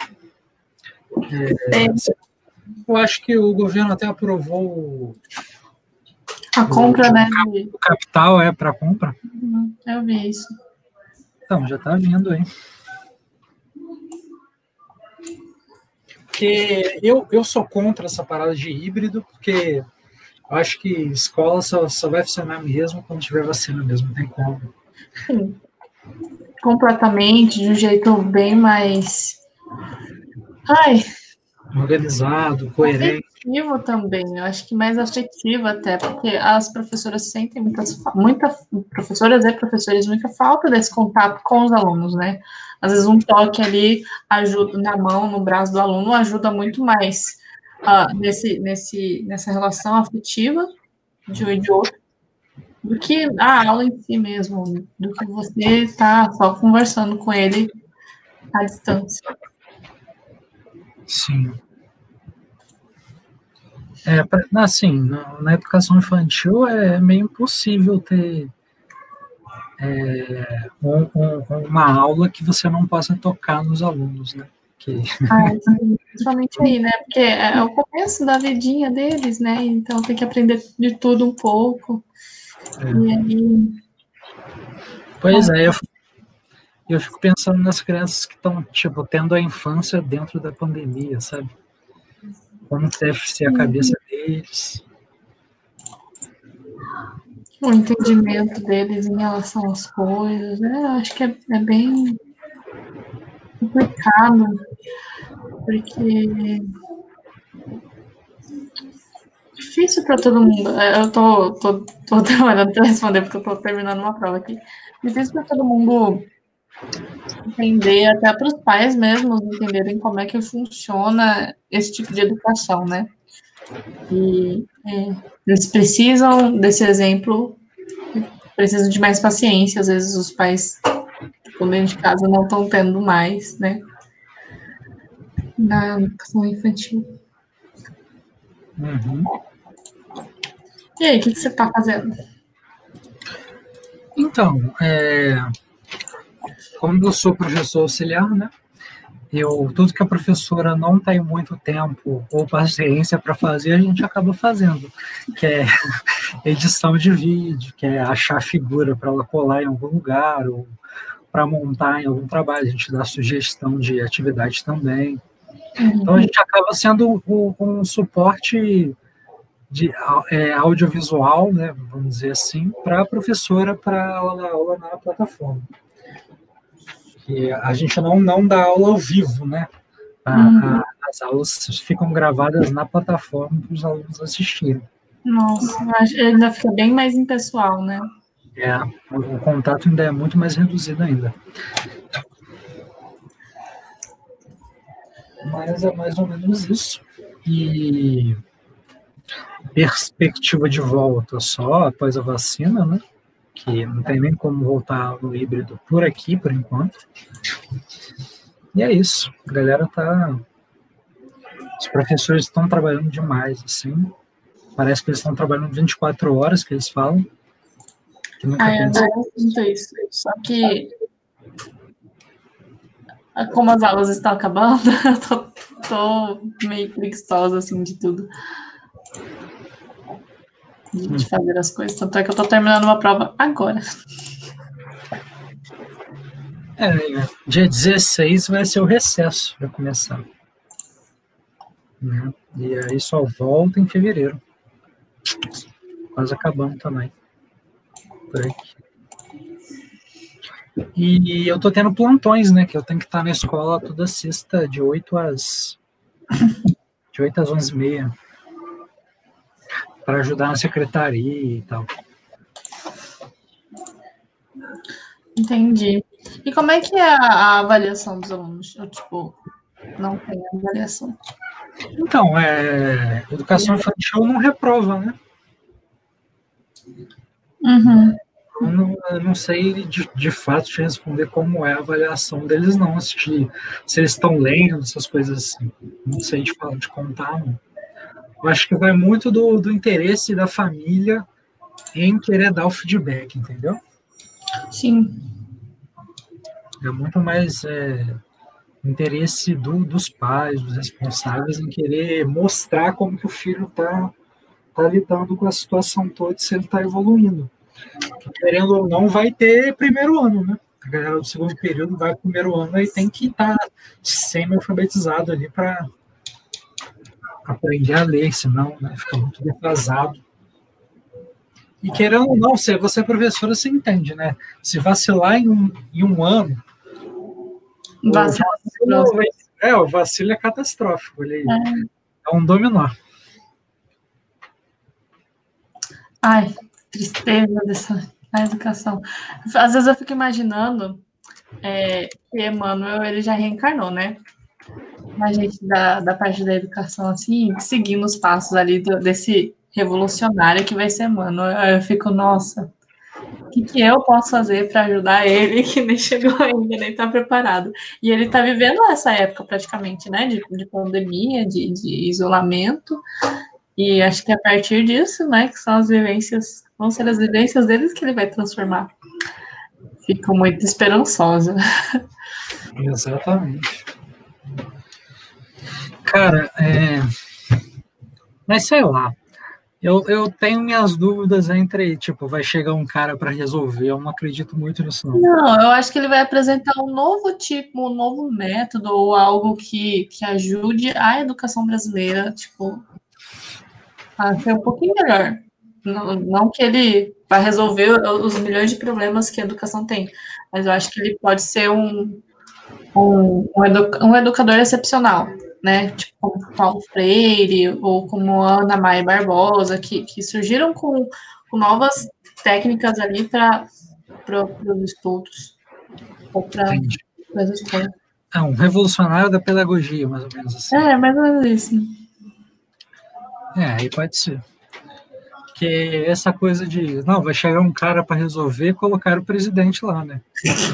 É, eu acho que o governo até aprovou a compra, o, né? O capital é para compra. Eu vi isso. Então, já está vindo aí. Porque eu, eu sou contra essa parada de híbrido, porque eu acho que escola só, só vai funcionar mesmo quando tiver vacina mesmo, não tem como. Sim. Completamente, de um jeito bem mais... Ai... organizado, coerente. Afetivo também, eu acho que mais afetivo até, porque as professoras sentem muitas, muita, professoras e professores, muita falta desse contato com os alunos, né? Às vezes um toque ali ajuda na mão, no braço do aluno, ajuda muito mais uh, nesse, nesse, nessa relação afetiva de um e de outro, do que a aula em si mesmo, do que você estar só conversando com ele à distância. Sim. É, assim, na, na educação infantil é meio impossível ter é, um, um, uma aula que você não possa tocar nos alunos, né? Que... Ah, principalmente aí, né? Porque é o começo da vidinha deles, né? Então tem que aprender de tudo um pouco. É. E aí... Pois é, eu, eu fico pensando nas crianças que estão, tipo, tendo a infância dentro da pandemia, sabe? Como deve ser a cabeça deles. O entendimento deles em relação às coisas, né? Acho que é, é bem complicado, porque difícil para todo mundo. Eu tô, tô, tô trabalhando para responder, porque eu tô terminando uma prova aqui. Difícil para todo mundo entender, até para os pais mesmos entenderem como é que funciona esse tipo de educação, né? E é, eles precisam desse exemplo, precisam de mais paciência. Às vezes os pais, dentro de casa, não estão tendo mais, né? Na educação infantil. Uhum. E aí, o que, que você está fazendo? Então, é, como eu sou professor auxiliar, né? Eu, tudo que a professora não tem muito tempo ou paciência para fazer, a gente acaba fazendo, que é edição de vídeo, que é achar figura para ela colar em algum lugar, ou para montar em algum trabalho, a gente dá sugestão de atividade também. Uhum. Então, a gente acaba sendo um, um suporte de é, audiovisual, né, vamos dizer assim, para a professora, para ela dar aula na plataforma. Que a gente não, não dá aula ao vivo, né? A, a, as aulas ficam gravadas na plataforma para os alunos assistirem. Nossa, ainda fica bem mais impessoal, né? É, o contato ainda é muito mais reduzido ainda. Mas é mais ou menos isso. E perspectiva de volta só após a vacina, né? Que não tem nem como voltar no híbrido por aqui, por enquanto. E é isso. A galera tá... Os professores estão trabalhando demais, assim. Parece que eles estão trabalhando vinte e quatro horas, que eles falam. Que nunca ah, eu sinto isso. Só que, como as aulas estão acabando, eu tô, tô meio preguiçosa, assim, de tudo. De, de fazer as coisas. Tanto é que eu tô terminando uma prova agora. É, dia dezesseis vai ser o recesso para começar. Né? E aí só volta em fevereiro. Quase acabando também. Por aqui. E eu tô tendo plantões, né? Que eu tenho que estar na escola toda sexta, de oito às de oito às onze e meia. Para ajudar na secretaria e tal. Entendi. E como é que é a, a avaliação dos alunos? Eu, tipo, não tem avaliação. Então, é, educação infantil não reprova, né? Uhum. Eu não, eu não sei de, de fato te responder como é a avaliação deles, não. Se, se eles estão lendo, essas coisas assim. Não sei de, de contar, não. Eu acho que vai muito do, do interesse da família em querer dar o feedback, entendeu? Sim. É muito mais é, interesse do, dos pais, dos responsáveis, em querer mostrar como que o filho está tá lidando com a situação toda e se ele está evoluindo. Querendo ou não, vai ter primeiro ano, né? A galera do segundo período vai pro primeiro ano e tem que estar tá semi-alfabetizado ali para aprender a ler, senão, né, fica muito defasado. E querendo ou não, se você é professora, você entende, né? Se vacilar em um, em um ano, Vacilo. o vacilo, é, o vacilo é catastrófico. Ele é. é um dominó. Ai, tristeza dessa da educação. Às vezes eu fico imaginando é, que Emmanuel, ele já reencarnou, né? A gente da, da parte da educação, assim, seguindo os passos ali do, desse revolucionário que vai ser Emmanuel. Eu fico, nossa, o que, que eu posso fazer para ajudar ele, que nem chegou ainda, nem está preparado. E ele está vivendo essa época praticamente, né? De, de pandemia, de, de isolamento. E acho que a partir disso, né, que são as vivências, vão ser as vivências deles que ele vai transformar. Fico muito esperançosa. Exatamente. Cara, é... mas sei lá, eu, eu tenho minhas dúvidas entre, tipo, vai chegar um cara para resolver, eu não acredito muito nisso não. Não, eu acho que ele vai apresentar um novo tipo, um novo método, ou algo que, que ajude a educação brasileira, tipo, a ser um pouquinho melhor. Não, não que ele vai resolver os milhões de problemas que a educação tem, mas eu acho que ele pode ser um, um, um, educa, um educador excepcional, né? Tipo, como Paulo Freire, ou como Ana Maia Barbosa, que, que surgiram com, com novas técnicas ali para os estudos, ou para as escolas. É um revolucionário da pedagogia, mais ou menos assim. É, mais ou menos isso. É, aí pode ser. Porque essa coisa de, não, vai chegar um cara para resolver e colocar o presidente lá, né?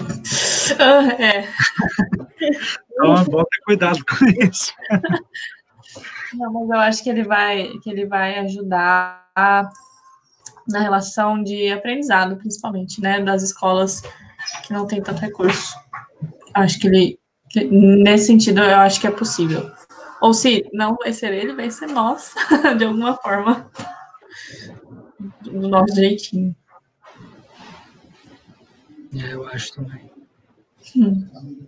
É. Então, é bom ter cuidado com isso. Não, mas eu acho que ele vai, que ele vai ajudar na relação de aprendizado, principalmente, né, das escolas que não tem tanto recurso. Acho que ele, que, nesse sentido, eu acho que é possível. Ou se não vai ser ele, vai ser nós, de alguma forma, do nosso jeitinho. É, eu acho também. Hum.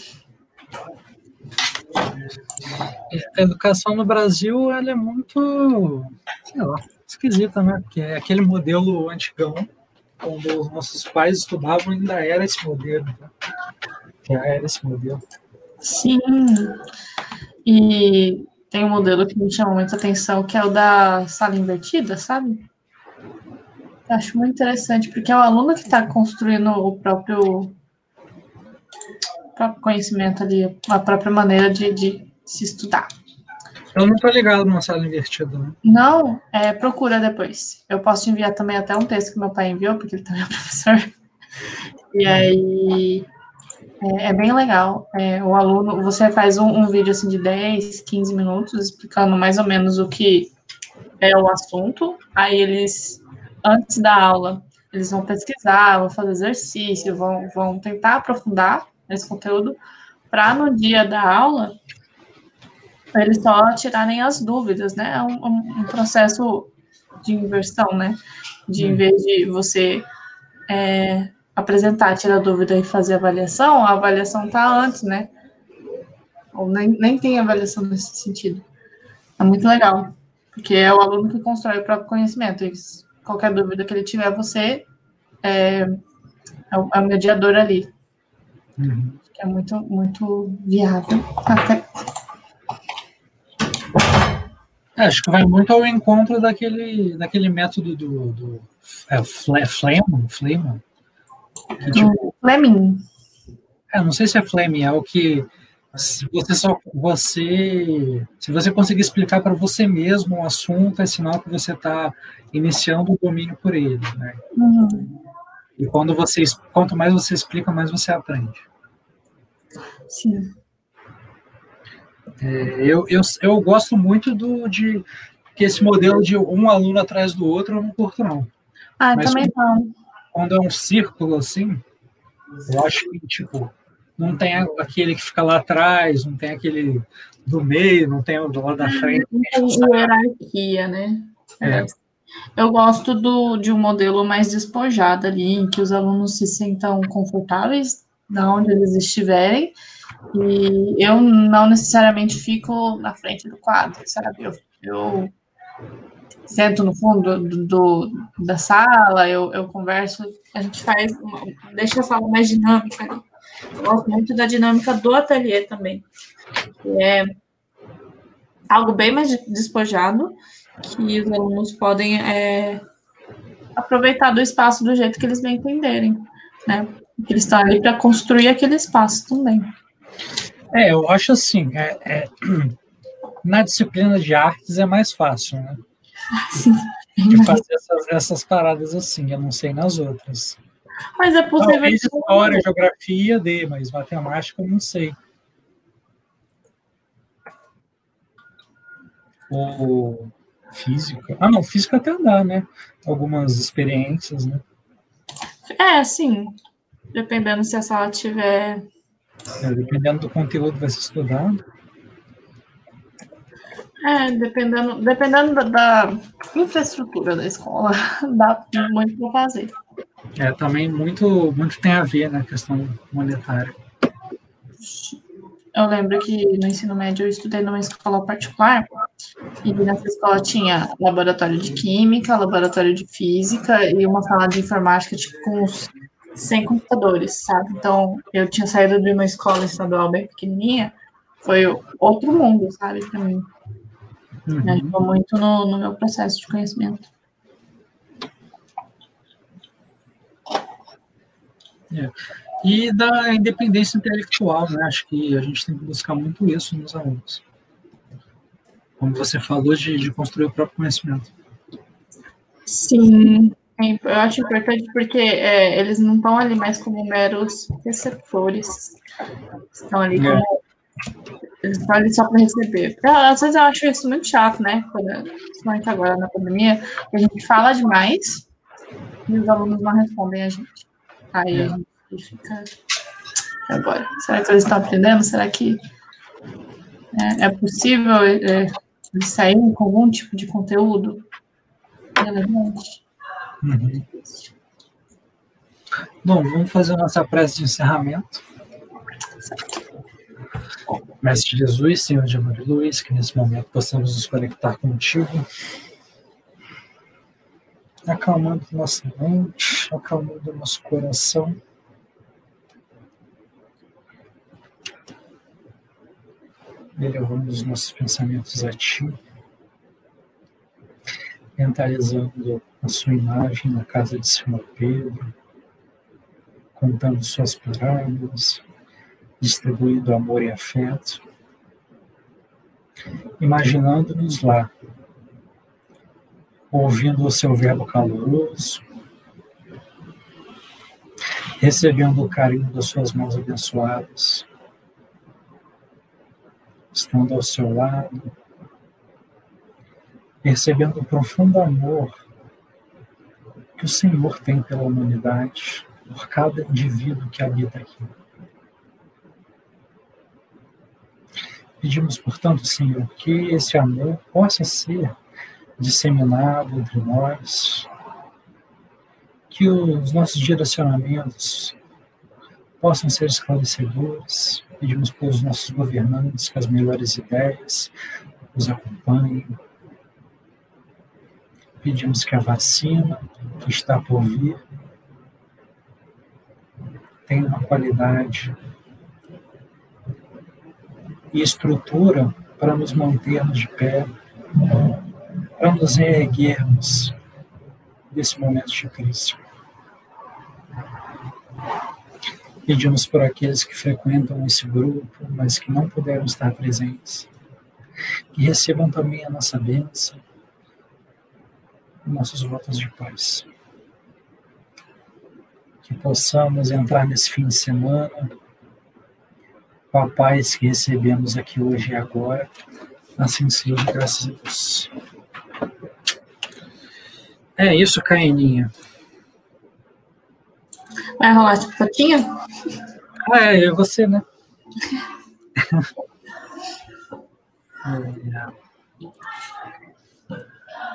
A educação no Brasil, ela é muito, sei lá, esquisita, né? Porque é aquele modelo antigão, quando os nossos pais estudavam, ainda era esse modelo, né? Já era esse modelo. Sim. E tem um modelo que me chama muita atenção, que é o da sala invertida, sabe? Eu acho muito interessante, porque é o aluno que está construindo o próprio, o próprio conhecimento ali, a própria maneira de, de se estudar. Eu não tô ligado numa sala invertida, né? Não, é, procura depois. Eu posso te enviar também até um texto que meu pai enviou, porque ele também é professor. E aí é, é bem legal. É, o aluno, você faz um, um vídeo assim de dez, quinze minutos explicando mais ou menos o que é o assunto. Aí eles, antes da aula, eles vão pesquisar, vão fazer exercício, vão, vão tentar aprofundar nesse conteúdo, para no dia da aula eles só tirarem as dúvidas, né? É um, um processo de inversão, né? De, em vez de você é, apresentar, tirar dúvida e fazer avaliação, a avaliação está antes, né? Ou nem, nem tem avaliação nesse sentido. É muito legal, porque é o aluno que constrói o próprio conhecimento. E qualquer dúvida que ele tiver, você é, é, o, é o mediador ali. Uhum. Que é muito, muito viável. Até... É, acho que vai muito ao encontro daquele, daquele método do, do é, Fleming, Fleming, que, tipo, Fleming. É, não sei se é Fleming, é o que se você só você se você conseguir explicar para você mesmo um assunto, é sinal que você está iniciando o domínio por ele, né? Uhum. E quando você quanto mais você explica, mais você aprende. Sim. É, eu, eu, eu gosto muito do de que esse modelo de um aluno atrás do outro eu não curto não. Ah, Mas também não. Quando é um círculo assim, eu acho que tipo não tem aquele que fica lá atrás, não tem aquele do meio, não tem o do lado da frente. Não tem hierarquia, né? É. Eu gosto do, de um modelo mais despojado ali, em que os alunos se sintam confortáveis na onde eles estiverem, e eu não necessariamente fico na frente do quadro, sabe? Eu, eu sento no fundo do, do, da sala, eu, eu converso, a gente faz, uma, deixa a sala mais dinâmica ali. Eu gosto muito da dinâmica do ateliê também, que é algo bem mais despojado, que os alunos podem é, aproveitar do espaço do jeito que eles bem entenderem, né? Porque eles estão ali para construir aquele espaço também. É, eu acho assim, é, é, na disciplina de artes é mais fácil, né? Sim. De fazer essas, essas paradas assim, eu não sei nas outras. Mas é possível. Talvez história, geografia dê, mas matemática eu não sei. Ou física. Ah, não, física até dá, né? Algumas experiências, né? É, sim. Dependendo se a sala tiver. É, dependendo do conteúdo que vai ser estudado. É, dependendo, dependendo da, da infraestrutura da escola, dá muito para fazer. É, também muito, muito tem a ver na questão monetária. Eu lembro que no ensino médio eu estudei numa escola particular, e nessa escola tinha laboratório de química, laboratório de física e uma sala de informática, tipo, com uns cem computadores, sabe? Então, eu tinha saído de uma escola estadual bem pequenininha, foi outro mundo, sabe, para mim. Uhum. Me ajudou muito no, no meu processo de conhecimento. É. E da independência intelectual, né? Acho que a gente tem que buscar muito isso nos alunos. Como você falou, de, de construir o próprio conhecimento. Sim, eu acho importante porque é, eles não estão ali mais como meros receptores. Estão ali como... É. Eles estão ali só para receber. Eu, às vezes eu acho isso muito chato, né? Quando, principalmente agora na pandemia, a gente fala demais e os alunos não respondem a gente. Aí é. a gente fica... Agora, será que eles estão aprendendo? Será que é, é possível é, eles saírem com algum tipo de conteúdo relevante? Uhum. Bom, vamos fazer a nossa prece de encerramento. Mestre Jesus, Senhor de amor e luz, que nesse momento possamos nos conectar contigo, acalmando nossa mente, acalmando nosso coração. elevando os nossos pensamentos a Ti, mentalizando a Sua imagem na casa de Simão Pedro, contando suas parábolas, distribuindo amor e afeto, imaginando-nos lá, ouvindo o Seu verbo caloroso, recebendo o carinho das Suas mãos abençoadas, estando ao seu lado, percebendo o profundo amor que o Senhor tem pela humanidade, por cada indivíduo que habita aqui. Pedimos, portanto, Senhor, que esse amor possa ser disseminado entre nós, que os nossos direcionamentos possam ser esclarecedores. Pedimos pelos nossos governantes que as melhores ideias os acompanhem. Pedimos que a vacina que está por vir tenha uma qualidade e estrutura para nos mantermos de pé, para nos reerguermos desse momento de crise. Pedimos por aqueles que frequentam esse grupo, mas que não puderam estar presentes, que recebam também a nossa bênção, nossos votos de paz. Que possamos entrar nesse fim de semana com a paz que recebemos aqui hoje e agora. Assim seja, graças a Deus. É isso, Caeninha. Vai rolar de pipoquinha? Ah, é, é você, né? é.